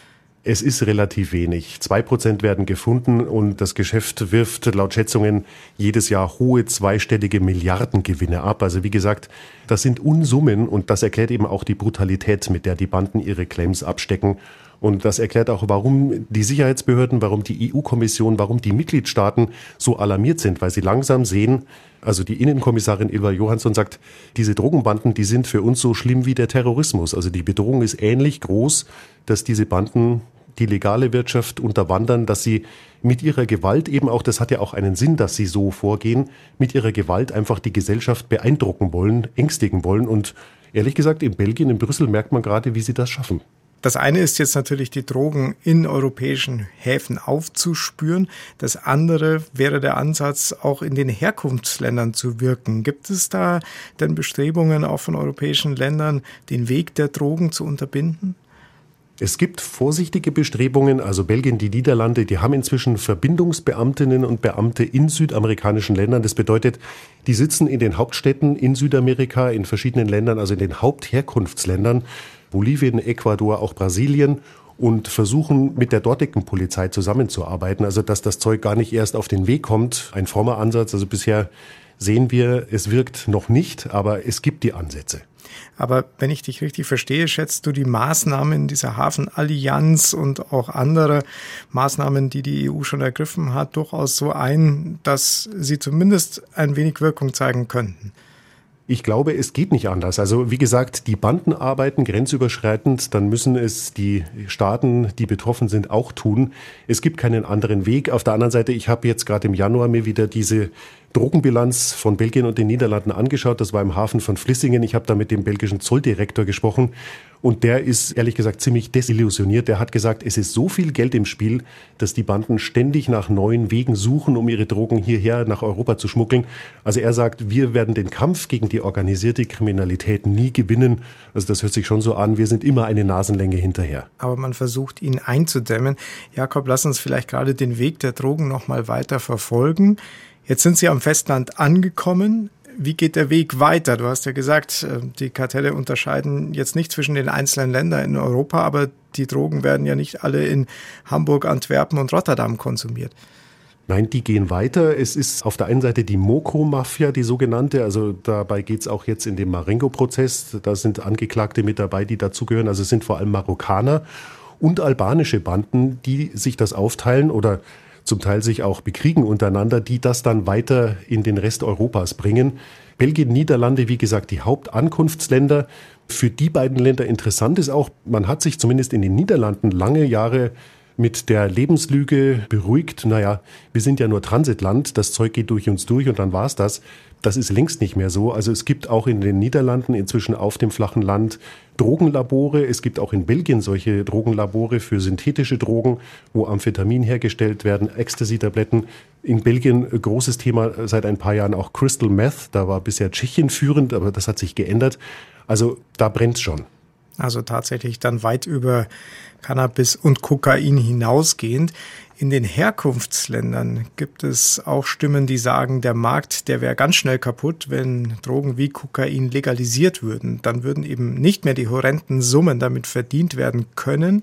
Es ist relativ wenig. Zwei Prozent werden gefunden und das Geschäft wirft laut Schätzungen jedes Jahr hohe zweistellige Milliardengewinne ab. Also wie gesagt, das sind Unsummen und das erklärt eben auch die Brutalität, mit der die Banden ihre Claims abstecken. Und das erklärt auch, warum die Sicherheitsbehörden, warum die E U-Kommission, warum die Mitgliedstaaten so alarmiert sind, weil sie langsam sehen, also die Innenkommissarin Ylva Johansson sagt, diese Drogenbanden, die sind für uns so schlimm wie der Terrorismus. Also die Bedrohung ist ähnlich groß, dass diese Banden die legale Wirtschaft unterwandern, dass sie mit ihrer Gewalt eben auch, das hat ja auch einen Sinn, dass sie so vorgehen, mit ihrer Gewalt einfach die Gesellschaft beeindrucken wollen, ängstigen wollen. Und ehrlich gesagt, in Belgien, in Brüssel merkt man gerade, wie sie das schaffen. Das eine ist jetzt natürlich, die Drogen in europäischen Häfen aufzuspüren. Das andere wäre der Ansatz, auch in den Herkunftsländern zu wirken. Gibt es da denn Bestrebungen auch von europäischen Ländern, den Weg der Drogen zu unterbinden? Es gibt vorsichtige Bestrebungen, also Belgien, die Niederlande, die haben inzwischen Verbindungsbeamtinnen und Beamte in südamerikanischen Ländern. Das bedeutet, die sitzen in den Hauptstädten in Südamerika, in verschiedenen Ländern, also in den Hauptherkunftsländern, Bolivien, Ecuador, auch Brasilien, und versuchen mit der dortigen Polizei zusammenzuarbeiten, also dass das Zeug gar nicht erst auf den Weg kommt. Ein frommer Ansatz, also bisher sehen wir, es wirkt noch nicht, aber es gibt die Ansätze. Aber wenn ich dich richtig verstehe, schätzt du die Maßnahmen dieser Hafenallianz und auch andere Maßnahmen, die die E U schon ergriffen hat, durchaus so ein, dass sie zumindest ein wenig Wirkung zeigen könnten? Ich glaube, es geht nicht anders. Also wie gesagt, die Banden arbeiten grenzüberschreitend, dann müssen es die Staaten, die betroffen sind, auch tun. Es gibt keinen anderen Weg. Auf der anderen Seite, ich habe jetzt gerade im Januar mir wieder diese Drogenbilanz von Belgien und den Niederlanden angeschaut. Das war im Hafen von Vlissingen. Ich habe da mit dem belgischen Zolldirektor gesprochen und der ist ehrlich gesagt ziemlich desillusioniert. Der hat gesagt, es ist so viel Geld im Spiel, dass die Banden ständig nach neuen Wegen suchen, um ihre Drogen hierher nach Europa zu schmuggeln. Also er sagt, wir werden den Kampf gegen die organisierte Kriminalität nie gewinnen. Also das hört sich schon so an, wir sind immer eine Nasenlänge hinterher. Aber man versucht, ihn einzudämmen. Jakob, lass uns vielleicht gerade den Weg der Drogen noch mal weiter verfolgen. Jetzt sind Sie am Festland angekommen. Wie geht der Weg weiter? Du hast ja gesagt, die Kartelle unterscheiden jetzt nicht zwischen den einzelnen Ländern in Europa, aber die Drogen werden ja nicht alle in Hamburg, Antwerpen und Rotterdam konsumiert. Nein, die gehen weiter. Es ist auf der einen Seite die Mokro-Mafia, die sogenannte. Also dabei geht es auch jetzt in dem Marengo-Prozess. Da sind Angeklagte mit dabei, die dazugehören. Also es sind vor allem Marokkaner und albanische Banden, die sich das aufteilen oder zum Teil sich auch bekriegen untereinander, die das dann weiter in den Rest Europas bringen. Belgien, Niederlande, wie gesagt, die Hauptankunftsländer. Für die beiden Länder interessant ist auch, man hat sich zumindest in den Niederlanden lange Jahre mit der Lebenslüge beruhigt. Naja, wir sind ja nur Transitland, das Zeug geht durch uns durch und dann war's das. Das ist längst nicht mehr so. Also es gibt auch in den Niederlanden inzwischen auf dem flachen Land Drogenlabore. Es gibt auch in Belgien solche Drogenlabore für synthetische Drogen, wo Amphetamin hergestellt werden, Ecstasy-Tabletten. In Belgien großes Thema seit ein paar Jahren auch Crystal Meth. Da war bisher Tschechien führend, aber das hat sich geändert. Also da brennt's schon. Also tatsächlich dann weit über Cannabis und Kokain hinausgehend. In den Herkunftsländern gibt es auch Stimmen, die sagen, der Markt, der wäre ganz schnell kaputt, wenn Drogen wie Kokain legalisiert würden. Dann würden eben nicht mehr die horrenden Summen damit verdient werden können,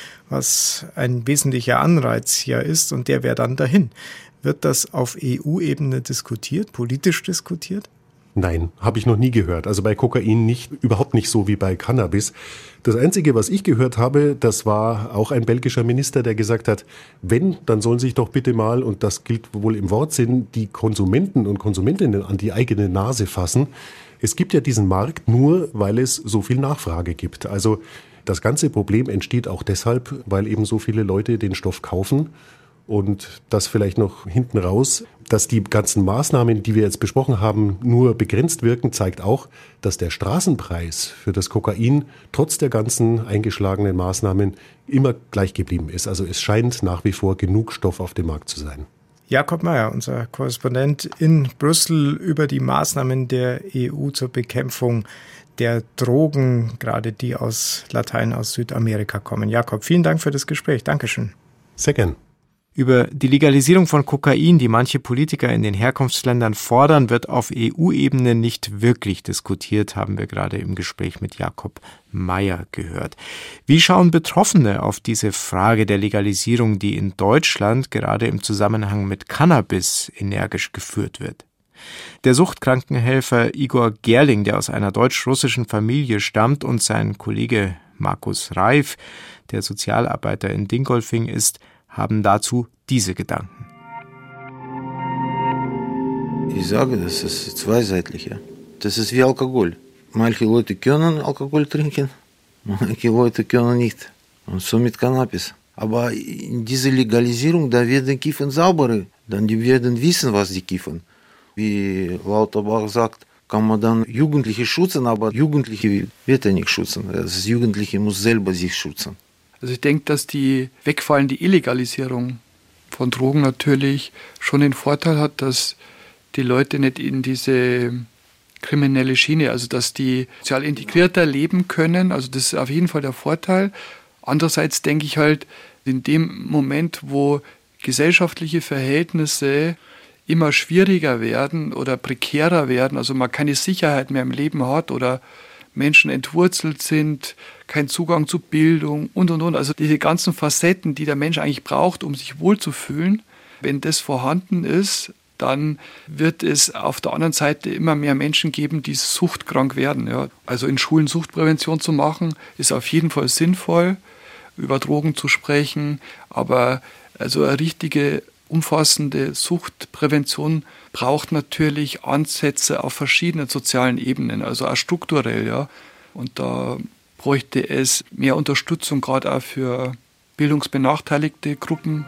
was ein wesentlicher Anreiz ja ist, und der wäre dann dahin. Wird das auf E U-Ebene diskutiert, politisch diskutiert? Nein, habe ich noch nie gehört. Also bei Kokain nicht, überhaupt nicht so wie bei Cannabis. Das Einzige, was ich gehört habe, das war auch ein belgischer Minister, der gesagt hat, wenn, dann sollen sich doch bitte mal, und das gilt wohl im Wortsinn, die Konsumenten und Konsumentinnen an die eigene Nase fassen. Es gibt ja diesen Markt nur, weil es so viel Nachfrage gibt. Also das ganze Problem entsteht auch deshalb, weil eben so viele Leute den Stoff kaufen. Und das vielleicht noch hinten raus, dass die ganzen Maßnahmen, die wir jetzt besprochen haben, nur begrenzt wirken, zeigt auch, dass der Straßenpreis für das Kokain trotz der ganzen eingeschlagenen Maßnahmen immer gleich geblieben ist. Also es scheint nach wie vor genug Stoff auf dem Markt zu sein. Jakob Mayer, unser Korrespondent in Brüssel, über die Maßnahmen der E U zur Bekämpfung der Drogen, gerade die aus Latein, aus Südamerika kommen. Jakob, vielen Dank für das Gespräch. Dankeschön. Sehr gern. Über die Legalisierung von Kokain, die manche Politiker in den Herkunftsländern fordern, wird auf E U-Ebene nicht wirklich diskutiert, haben wir gerade im Gespräch mit Jakob Mayer gehört. Wie schauen Betroffene auf diese Frage der Legalisierung, die in Deutschland gerade im Zusammenhang mit Cannabis energisch geführt wird? Der Suchtkrankenhelfer Igor Gerling, der aus einer deutsch-russischen Familie stammt, und sein Kollege Markus Reif, der Sozialarbeiter in Dingolfing ist, haben dazu diese Gedanken. Ich sage, das ist zweiseitig. Ja. Das ist wie Alkohol. Manche Leute können Alkohol trinken, manche Leute können nicht. Und so mit Cannabis. Aber in dieser Legalisierung, da werden Kiffen sauberer. Dann die werden wissen, was die kiffen. Wie Lauterbach sagt, kann man dann Jugendliche schützen, aber Jugendliche wird er nicht schützen. Das Jugendliche muss selber sich schützen. Also ich denke, dass die wegfallende Illegalisierung von Drogen natürlich schon den Vorteil hat, dass die Leute nicht in diese kriminelle Schiene, also dass die sozial integrierter leben können. Also das ist auf jeden Fall der Vorteil. Andererseits denke ich halt, in dem Moment, wo gesellschaftliche Verhältnisse immer schwieriger werden oder prekärer werden, also man keine Sicherheit mehr im Leben hat oder Menschen entwurzelt sind, kein Zugang zu Bildung und, und, und. Also diese ganzen Facetten, die der Mensch eigentlich braucht, um sich wohlzufühlen, wenn das vorhanden ist, dann wird es auf der anderen Seite immer mehr Menschen geben, die suchtkrank werden. Ja. Also in Schulen Suchtprävention zu machen, ist auf jeden Fall sinnvoll, über Drogen zu sprechen, aber also eine richtige umfassende Suchtprävention braucht natürlich Ansätze auf verschiedenen sozialen Ebenen, also auch strukturell, ja. Und da bräuchte es mehr Unterstützung, gerade auch für bildungsbenachteiligte Gruppen.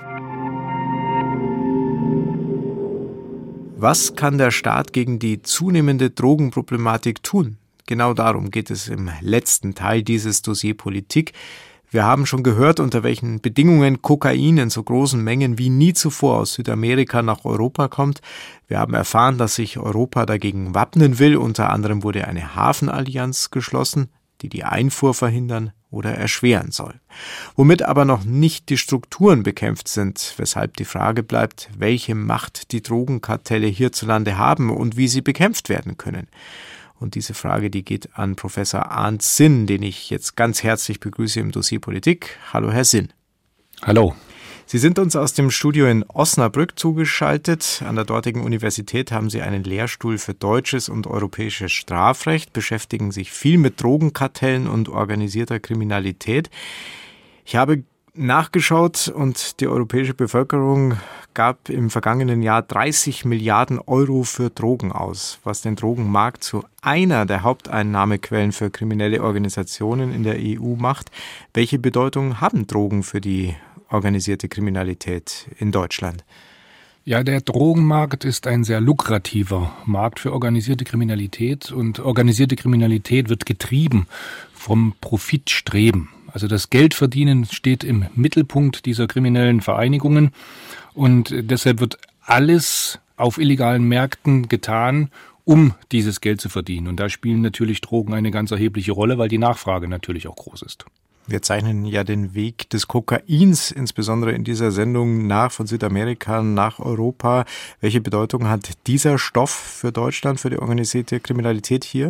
Was kann der Staat gegen die zunehmende Drogenproblematik tun? Genau darum geht es im letzten Teil dieses Dossier Politik. Wir haben schon gehört, unter welchen Bedingungen Kokain in so großen Mengen wie nie zuvor aus Südamerika nach Europa kommt. Wir haben erfahren, dass sich Europa dagegen wappnen will. Unter anderem wurde eine Hafenallianz geschlossen, die die Einfuhr verhindern oder erschweren soll. Womit aber noch nicht die Strukturen bekämpft sind, weshalb die Frage bleibt, welche Macht die Drogenkartelle hierzulande haben und wie sie bekämpft werden können. Und diese Frage, die geht an Professor Arndt Sinn, den ich jetzt ganz herzlich begrüße im Dossier Politik. Hallo, Herr Sinn. Hallo. Sie sind uns aus dem Studio in Osnabrück zugeschaltet. An der dortigen Universität haben Sie einen Lehrstuhl für deutsches und europäisches Strafrecht, beschäftigen sich viel mit Drogenkartellen und organisierter Kriminalität. Ich habe nachgeschaut und die europäische Bevölkerung gab im vergangenen Jahr dreißig Milliarden Euro für Drogen aus, was den Drogenmarkt zu einer der Haupteinnahmequellen für kriminelle Organisationen in der E U macht. Welche Bedeutung haben Drogen für die organisierte Kriminalität in Deutschland? Ja, der Drogenmarkt ist ein sehr lukrativer Markt für organisierte Kriminalität und organisierte Kriminalität wird getrieben vom Profitstreben. Also das Geldverdienen steht im Mittelpunkt dieser kriminellen Vereinigungen und deshalb wird alles auf illegalen Märkten getan, um dieses Geld zu verdienen. Und da spielen natürlich Drogen eine ganz erhebliche Rolle, weil die Nachfrage natürlich auch groß ist. Wir zeichnen ja den Weg des Kokains, insbesondere in dieser Sendung, nach von Südamerika nach Europa. Welche Bedeutung hat dieser Stoff für Deutschland, für die organisierte Kriminalität hier?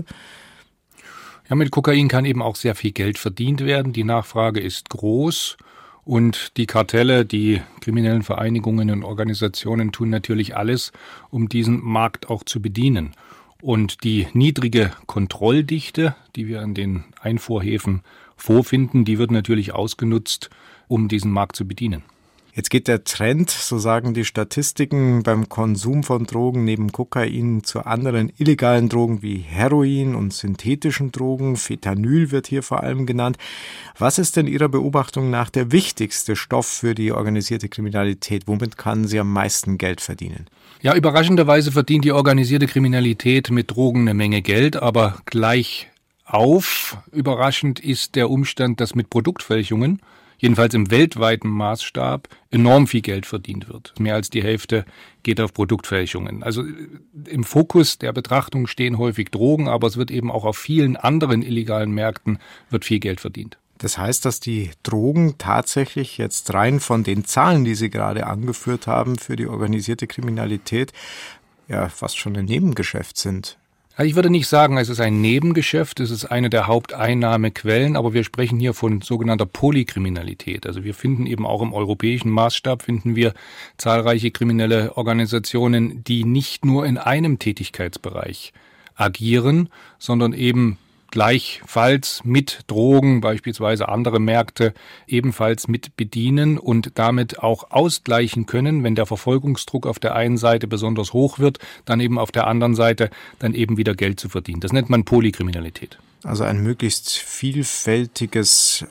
Ja, mit Kokain kann eben auch sehr viel Geld verdient werden. Die Nachfrage ist groß und die Kartelle, die kriminellen Vereinigungen und Organisationen tun natürlich alles, um diesen Markt auch zu bedienen. Und die niedrige Kontrolldichte, die wir an den Einfuhrhäfen vorfinden, die wird natürlich ausgenutzt, um diesen Markt zu bedienen. Jetzt geht der Trend, so sagen die Statistiken, beim Konsum von Drogen neben Kokain zu anderen illegalen Drogen wie Heroin und synthetischen Drogen. Fentanyl wird hier vor allem genannt. Was ist denn Ihrer Beobachtung nach der wichtigste Stoff für die organisierte Kriminalität? Womit kann sie am meisten Geld verdienen? Ja, überraschenderweise verdient die organisierte Kriminalität mit Drogen eine Menge Geld, aber gleich auf überraschend ist der Umstand, dass mit Produktfälschungen, jedenfalls im weltweiten Maßstab, enorm viel Geld verdient wird. Mehr als die Hälfte geht auf Produktfälschungen. Also im Fokus der Betrachtung stehen häufig Drogen, aber es wird eben auch auf vielen anderen illegalen Märkten wird viel Geld verdient. Das heißt, dass die Drogen tatsächlich jetzt rein von den Zahlen, die Sie gerade angeführt haben, für die organisierte Kriminalität ja fast schon ein Nebengeschäft sind. Also ich würde nicht sagen, es ist ein Nebengeschäft, es ist eine der Haupteinnahmequellen, aber wir sprechen hier von sogenannter Polykriminalität. Also wir finden eben auch im europäischen Maßstab, finden wir zahlreiche kriminelle Organisationen, die nicht nur in einem Tätigkeitsbereich agieren, sondern eben gleichfalls mit Drogen, beispielsweise andere Märkte, ebenfalls mit bedienen und damit auch ausgleichen können, wenn der Verfolgungsdruck auf der einen Seite besonders hoch wird, dann eben auf der anderen Seite dann eben wieder Geld zu verdienen. Das nennt man Polykriminalität. Also ein möglichst vielfältiges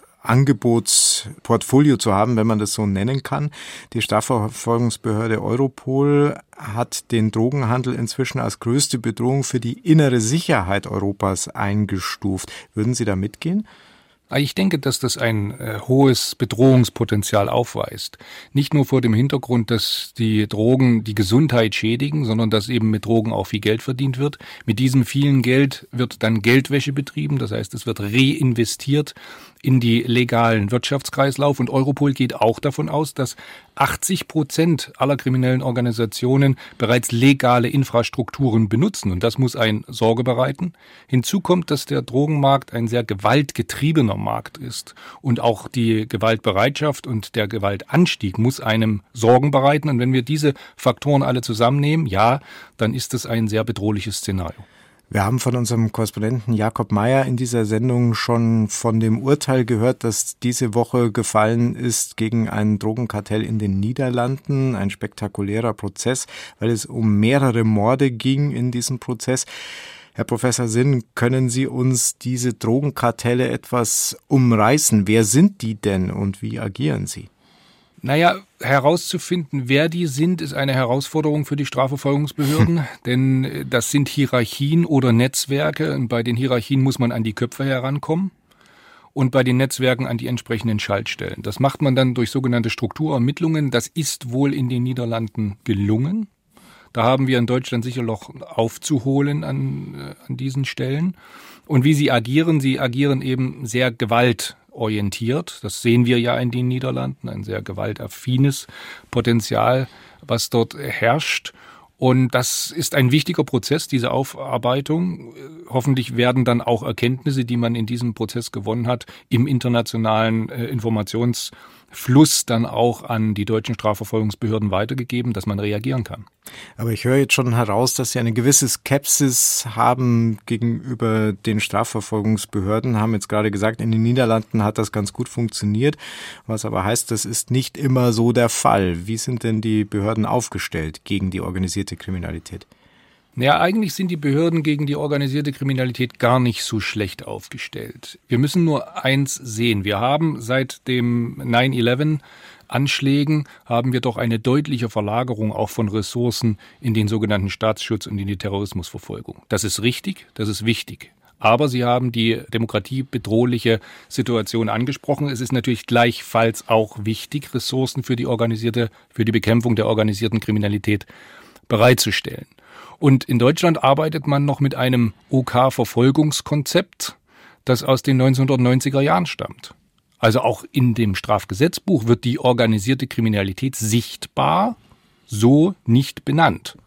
Angebotsportfolio zu haben, wenn man das so nennen kann. Die Strafverfolgungsbehörde Europol hat den Drogenhandel inzwischen als größte Bedrohung für die innere Sicherheit Europas eingestuft. Würden Sie da mitgehen? Ich denke, dass das ein äh, hohes Bedrohungspotenzial aufweist. Nicht nur vor dem Hintergrund, dass die Drogen die Gesundheit schädigen, sondern dass eben mit Drogen auch viel Geld verdient wird. Mit diesem vielen Geld wird dann Geldwäsche betrieben, das heißt, es wird reinvestiert in die legalen Wirtschaftskreislauf. Und Europol geht auch davon aus, dass achtzig Prozent aller kriminellen Organisationen bereits legale Infrastrukturen benutzen. Und das muss einen Sorge bereiten. Hinzu kommt, dass der Drogenmarkt ein sehr gewaltgetriebener Markt ist. Und auch die Gewaltbereitschaft und der Gewaltanstieg muss einem Sorgen bereiten. Und wenn wir diese Faktoren alle zusammennehmen, ja, dann ist das ein sehr bedrohliches Szenario. Wir haben von unserem Korrespondenten Jakob Meyer in dieser Sendung schon von dem Urteil gehört, das diese Woche gefallen ist gegen ein Drogenkartell in den Niederlanden. Ein spektakulärer Prozess, weil es um mehrere Morde ging in diesem Prozess. Herr Professor Sinn, können Sie uns diese Drogenkartelle etwas umreißen? Wer sind die denn und wie agieren sie? Naja, herauszufinden, wer die sind, ist eine Herausforderung für die Strafverfolgungsbehörden, denn das sind Hierarchien oder Netzwerke und bei den Hierarchien muss man an die Köpfe herankommen und bei den Netzwerken an die entsprechenden Schaltstellen. Das macht man dann durch sogenannte Strukturermittlungen. Das ist wohl in den Niederlanden gelungen. Da haben wir in Deutschland sicher noch aufzuholen an, an diesen Stellen. Und wie sie agieren, sie agieren eben sehr gewaltorientiert. Das sehen wir ja in den Niederlanden, ein sehr gewaltaffines Potenzial, was dort herrscht. Und das ist ein wichtiger Prozess, diese Aufarbeitung. Hoffentlich werden dann auch Erkenntnisse, die man in diesem Prozess gewonnen hat, im internationalen äh, Informationsfluss dann auch an die deutschen Strafverfolgungsbehörden weitergegeben, dass man reagieren kann. Aber ich höre jetzt schon heraus, dass Sie eine gewisse Skepsis haben gegenüber den Strafverfolgungsbehörden, haben jetzt gerade gesagt, in den Niederlanden hat das ganz gut funktioniert, was aber heißt, das ist nicht immer so der Fall. Wie sind denn die Behörden aufgestellt gegen die organisierte Kriminalität? Naja, eigentlich sind die Behörden gegen die organisierte Kriminalität gar nicht so schlecht aufgestellt. Wir müssen nur eins sehen. Wir haben seit dem neun elf Anschlägen haben wir doch eine deutliche Verlagerung auch von Ressourcen in den sogenannten Staatsschutz und in die Terrorismusverfolgung. Das ist richtig, das ist wichtig. Aber Sie haben die demokratiebedrohliche Situation angesprochen. Es ist natürlich gleichfalls auch wichtig, Ressourcen für die organisierte, für die Bekämpfung der organisierten Kriminalität bereitzustellen. Und in Deutschland arbeitet man noch mit einem O K-Verfolgungskonzept, das aus den neunzehnhundertneunziger Jahren stammt. Also auch in dem Strafgesetzbuch wird die organisierte Kriminalität sichtbar so nicht benannt.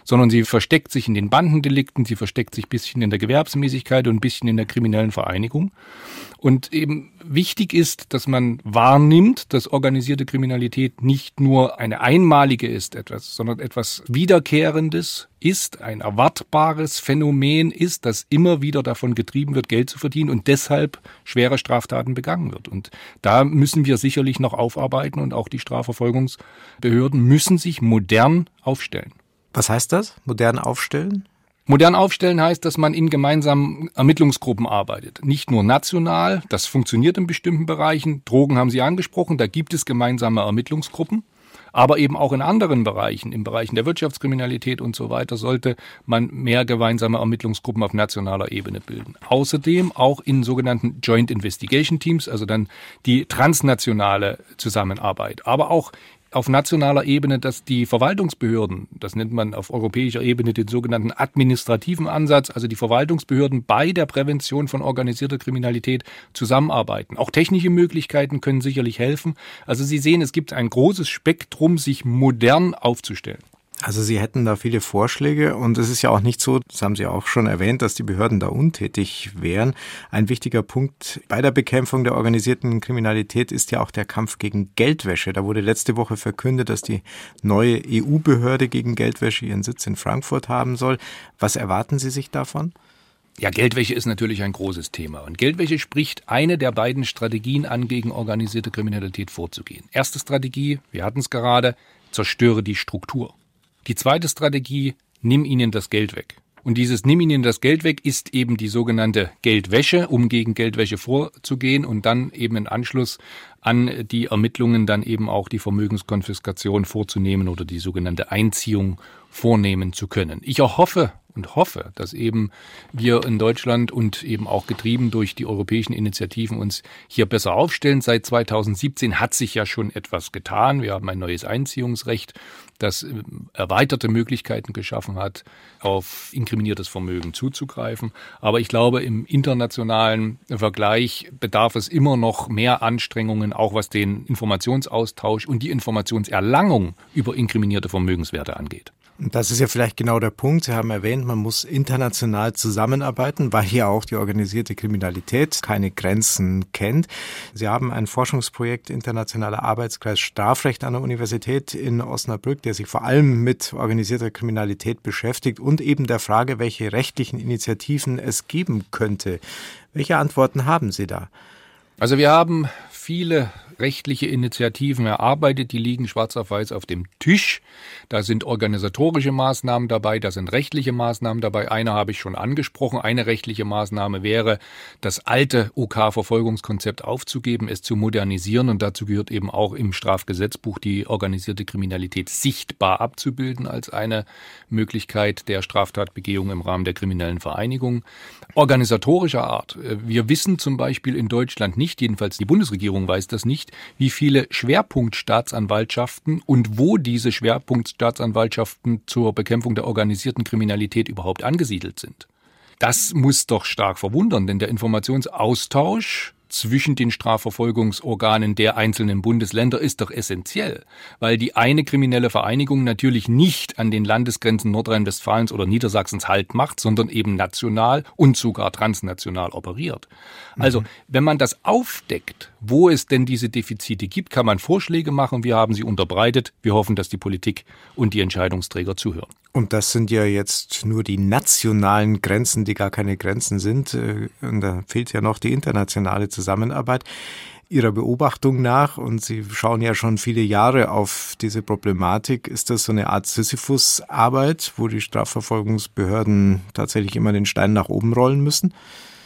sondern sie versteckt sich in den Bandendelikten, sie versteckt sich ein bisschen in der Gewerbsmäßigkeit und ein bisschen in der kriminellen Vereinigung. Und eben wichtig ist, dass man wahrnimmt, dass organisierte Kriminalität nicht nur eine einmalige ist, etwas, sondern etwas Wiederkehrendes ist, ein erwartbares Phänomen ist, das immer wieder davon getrieben wird, Geld zu verdienen und deshalb schwere Straftaten begangen wird. Und da müssen wir sicherlich noch aufarbeiten und auch die Strafverfolgungsbehörden müssen sich modern aufstellen. Was heißt das? Modern aufstellen? Modern aufstellen heißt, dass man in gemeinsamen Ermittlungsgruppen arbeitet. Nicht nur national, das funktioniert in bestimmten Bereichen. Drogen haben Sie angesprochen, da gibt es gemeinsame Ermittlungsgruppen. Aber eben auch in anderen Bereichen, in Bereichen der Wirtschaftskriminalität und so weiter, sollte man mehr gemeinsame Ermittlungsgruppen auf nationaler Ebene bilden. Außerdem auch in sogenannten Joint Investigation Teams, also dann die transnationale Zusammenarbeit. Aber auch auf nationaler Ebene, dass die Verwaltungsbehörden, das nennt man auf europäischer Ebene den sogenannten administrativen Ansatz, also die Verwaltungsbehörden bei der Prävention von organisierter Kriminalität zusammenarbeiten. Auch technische Möglichkeiten können sicherlich helfen. Also Sie sehen, es gibt ein großes Spektrum, sich modern aufzustellen. Also Sie hätten da viele Vorschläge und es ist ja auch nicht so, das haben Sie auch schon erwähnt, dass die Behörden da untätig wären. Ein wichtiger Punkt bei der Bekämpfung der organisierten Kriminalität ist ja auch der Kampf gegen Geldwäsche. Da wurde letzte Woche verkündet, dass die neue E U-Behörde gegen Geldwäsche ihren Sitz in Frankfurt haben soll. Was erwarten Sie sich davon? Ja, Geldwäsche ist natürlich ein großes Thema. Und Geldwäsche spricht eine der beiden Strategien an, gegen organisierte Kriminalität vorzugehen. Erste Strategie, wir hatten es gerade, zerstöre die Struktur. Die zweite Strategie, nimm ihnen das Geld weg. Und dieses Nimm ihnen das Geld weg ist eben die sogenannte Geldwäsche, um gegen Geldwäsche vorzugehen und dann eben im Anschluss an die Ermittlungen dann eben auch die Vermögenskonfiskation vorzunehmen oder die sogenannte Einziehung vornehmen zu können. Ich erhoffe und hoffe, dass eben wir in Deutschland und eben auch getrieben durch die europäischen Initiativen uns hier besser aufstellen. Seit zweitausendsiebzehn hat sich ja schon etwas getan. Wir haben ein neues Einziehungsrecht, das erweiterte Möglichkeiten geschaffen hat, auf inkriminiertes Vermögen zuzugreifen. Aber ich glaube, im internationalen Vergleich bedarf es immer noch mehr Anstrengungen, auch was den Informationsaustausch und die Informationserlangung über inkriminierte Vermögenswerte angeht. Das ist ja vielleicht genau der Punkt. Sie haben erwähnt, man muss international zusammenarbeiten, weil hier auch die organisierte Kriminalität keine Grenzen kennt. Sie haben ein Forschungsprojekt Internationaler Arbeitskreis Strafrecht an der Universität in Osnabrück, der sich vor allem mit organisierter Kriminalität beschäftigt und eben der Frage, welche rechtlichen Initiativen es geben könnte. Welche Antworten haben Sie da? Also wir haben viele rechtliche Initiativen erarbeitet, die liegen schwarz auf weiß auf dem Tisch. Da sind organisatorische Maßnahmen dabei, da sind rechtliche Maßnahmen dabei. Eine habe ich schon angesprochen. Eine rechtliche Maßnahme wäre, das alte O K-Verfolgungskonzept aufzugeben, es zu modernisieren. Und dazu gehört eben auch im Strafgesetzbuch die organisierte Kriminalität sichtbar abzubilden als eine Möglichkeit der Straftatbegehung im Rahmen der kriminellen Vereinigung. Organisatorischer Art. Wir wissen zum Beispiel in Deutschland nicht, jedenfalls die Bundesregierung weiß das nicht, wie viele Schwerpunktstaatsanwaltschaften und wo diese Schwerpunktstaatsanwaltschaften zur Bekämpfung der organisierten Kriminalität überhaupt angesiedelt sind. Das muss doch stark verwundern, denn der Informationsaustausch zwischen den Strafverfolgungsorganen der einzelnen Bundesländer ist doch essentiell, weil die eine kriminelle Vereinigung natürlich nicht an den Landesgrenzen Nordrhein-Westfalens oder Niedersachsens Halt macht, sondern eben national und sogar transnational operiert. Also, mhm. wenn man das aufdeckt, wo es denn diese Defizite gibt, kann man Vorschläge machen. Wir haben sie unterbreitet. Wir hoffen, dass die Politik und die Entscheidungsträger zuhören. Und das sind ja jetzt nur die nationalen Grenzen, die gar keine Grenzen sind. Und da fehlt ja noch die internationale Zusammenarbeit. Ihrer Beobachtung nach, und Sie schauen ja schon viele Jahre auf diese Problematik, ist das so eine Art Sisyphus-Arbeit, wo die Strafverfolgungsbehörden tatsächlich immer den Stein nach oben rollen müssen?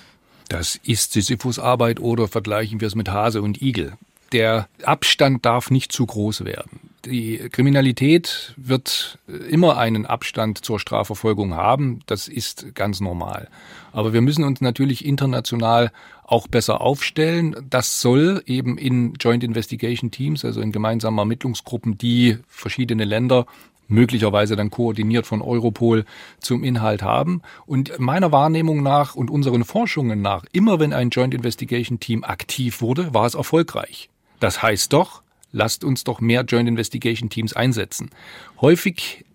Das ist Sisyphus-Arbeit oder vergleichen wir es mit Hase und Igel. Der Abstand darf nicht zu groß werden. Die Kriminalität wird immer einen Abstand zur Strafverfolgung haben. Das ist ganz normal. Aber wir müssen uns natürlich international auch besser aufstellen. Das soll eben in Joint Investigation Teams, also in gemeinsamen Ermittlungsgruppen, die verschiedene Länder möglicherweise dann koordiniert von Europol zum Inhalt haben. Und meiner Wahrnehmung nach und unseren Forschungen nach, immer wenn ein Joint Investigation Team aktiv wurde, war es erfolgreich. Das heißt doch, lasst uns doch mehr Joint Investigation Teams einsetzen. Häufig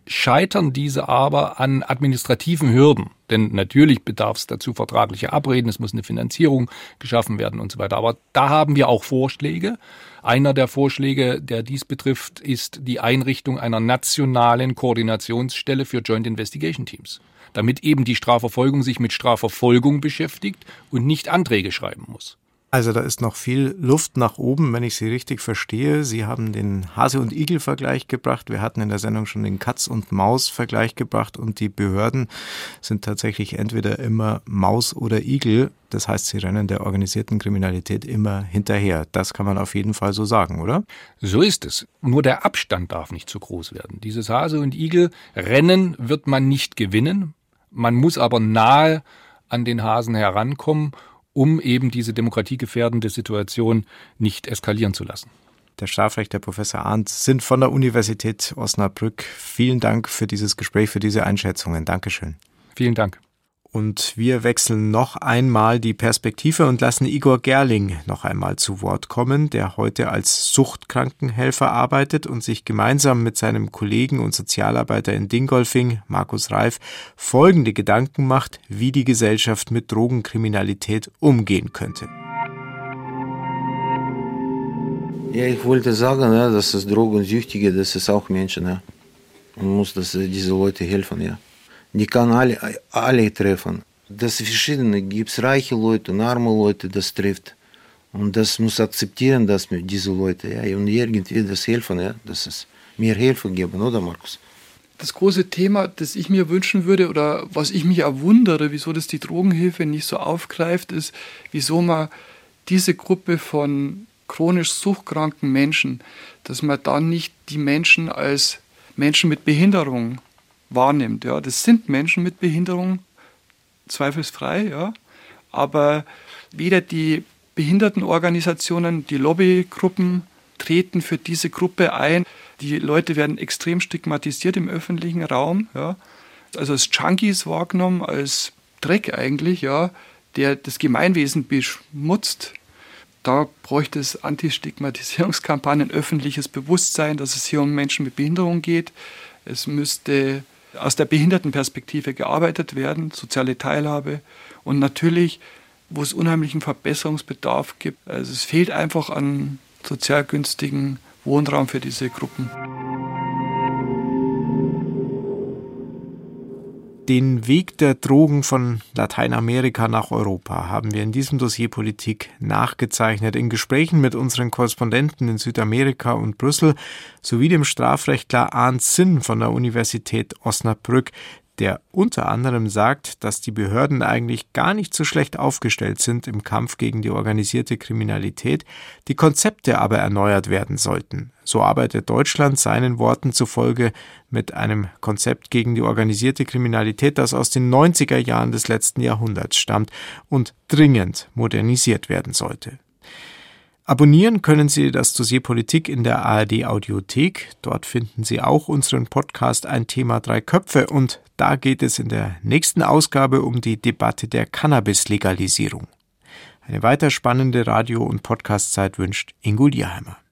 scheitern diese aber an administrativen Hürden. Denn natürlich bedarf es dazu vertragliche Abreden, es muss eine Finanzierung geschaffen werden und so weiter. Aber da haben wir auch Vorschläge. Einer der Vorschläge, der dies betrifft, ist die Einrichtung einer nationalen Koordinationsstelle für Joint Investigation Teams, damit eben die Strafverfolgung sich mit Strafverfolgung beschäftigt und nicht Anträge schreiben muss. Also da ist noch viel Luft nach oben, wenn ich Sie richtig verstehe. Sie haben den Hase- und Igel-Vergleich gebracht. Wir hatten in der Sendung schon den Katz- und Maus-Vergleich gebracht. Und die Behörden sind tatsächlich entweder immer Maus oder Igel. Das heißt, sie rennen der organisierten Kriminalität immer hinterher. Das kann man auf jeden Fall so sagen, oder? So ist es. Nur der Abstand darf nicht zu groß werden. Dieses Hase- und Igel-Rennen wird man nicht gewinnen. Man muss aber nahe an den Hasen herankommen, um eben diese demokratiegefährdende Situation nicht eskalieren zu lassen. Der Strafrechtler Professor Arndt sind von der Universität Osnabrück. Vielen Dank für dieses Gespräch, für diese Einschätzungen. Dankeschön. Vielen Dank. Und wir wechseln noch einmal die Perspektive und lassen Igor Gerling noch einmal zu Wort kommen, der heute als Suchtkrankenhelfer arbeitet und sich gemeinsam mit seinem Kollegen und Sozialarbeiter in Dingolfing, Markus Reif, folgende Gedanken macht, wie die Gesellschaft mit Drogenkriminalität umgehen könnte. Ja, ich wollte sagen, ja, dass das Drogensüchtige, das ist auch Menschen. Ja. Man muss das, diese Leute helfen, ja. Die kann alle, alle treffen. Das ist verschiedene. Gibt es reiche Leute und arme Leute, das trifft. Und das muss akzeptieren, dass wir diese Leute, ja, und irgendwie das helfen, ja, dass es mehr Hilfe geben, oder Markus? Das große Thema, das ich mir wünschen würde oder was ich mich auch wundere, wieso das die Drogenhilfe nicht so aufgreift, ist, wieso man diese Gruppe von chronisch suchtkranken Menschen, dass man dann nicht die Menschen als Menschen mit Behinderung wahrnimmt. Ja. Das sind Menschen mit Behinderung, zweifelsfrei, ja. Aber weder die Behindertenorganisationen, die Lobbygruppen treten für diese Gruppe ein. Die Leute werden extrem stigmatisiert im öffentlichen Raum, ja. Also als Junkies wahrgenommen, als Dreck eigentlich, ja, der das Gemeinwesen beschmutzt. Da bräuchte es Antistigmatisierungskampagnen, öffentliches Bewusstsein, dass es hier um Menschen mit Behinderung geht. Es müsste aus der Behindertenperspektive gearbeitet werden, soziale Teilhabe und natürlich, wo es unheimlichen Verbesserungsbedarf gibt. Also es fehlt einfach an sozial günstigen Wohnraum für diese Gruppen. Den Weg der Drogen von Lateinamerika nach Europa haben wir in diesem Dossier Politik nachgezeichnet, in Gesprächen mit unseren Korrespondenten in Südamerika und Brüssel sowie dem Strafrechtler Arndt Zinn von der Universität Osnabrück, der unter anderem sagt, dass die Behörden eigentlich gar nicht so schlecht aufgestellt sind im Kampf gegen die organisierte Kriminalität, die Konzepte aber erneuert werden sollten. So arbeitet Deutschland seinen Worten zufolge mit einem Konzept gegen die organisierte Kriminalität, das aus den neunziger Jahren des letzten Jahrhunderts stammt und dringend modernisiert werden sollte. Abonnieren können Sie das Dossier Politik in der A R D-Audiothek. Dort finden Sie auch unseren Podcast Ein Thema, drei Köpfe. Und da geht es in der nächsten Ausgabe um die Debatte der Cannabis-Legalisierung. Eine weiter spannende Radio- und Podcastzeit wünscht Ingo Lierheimer.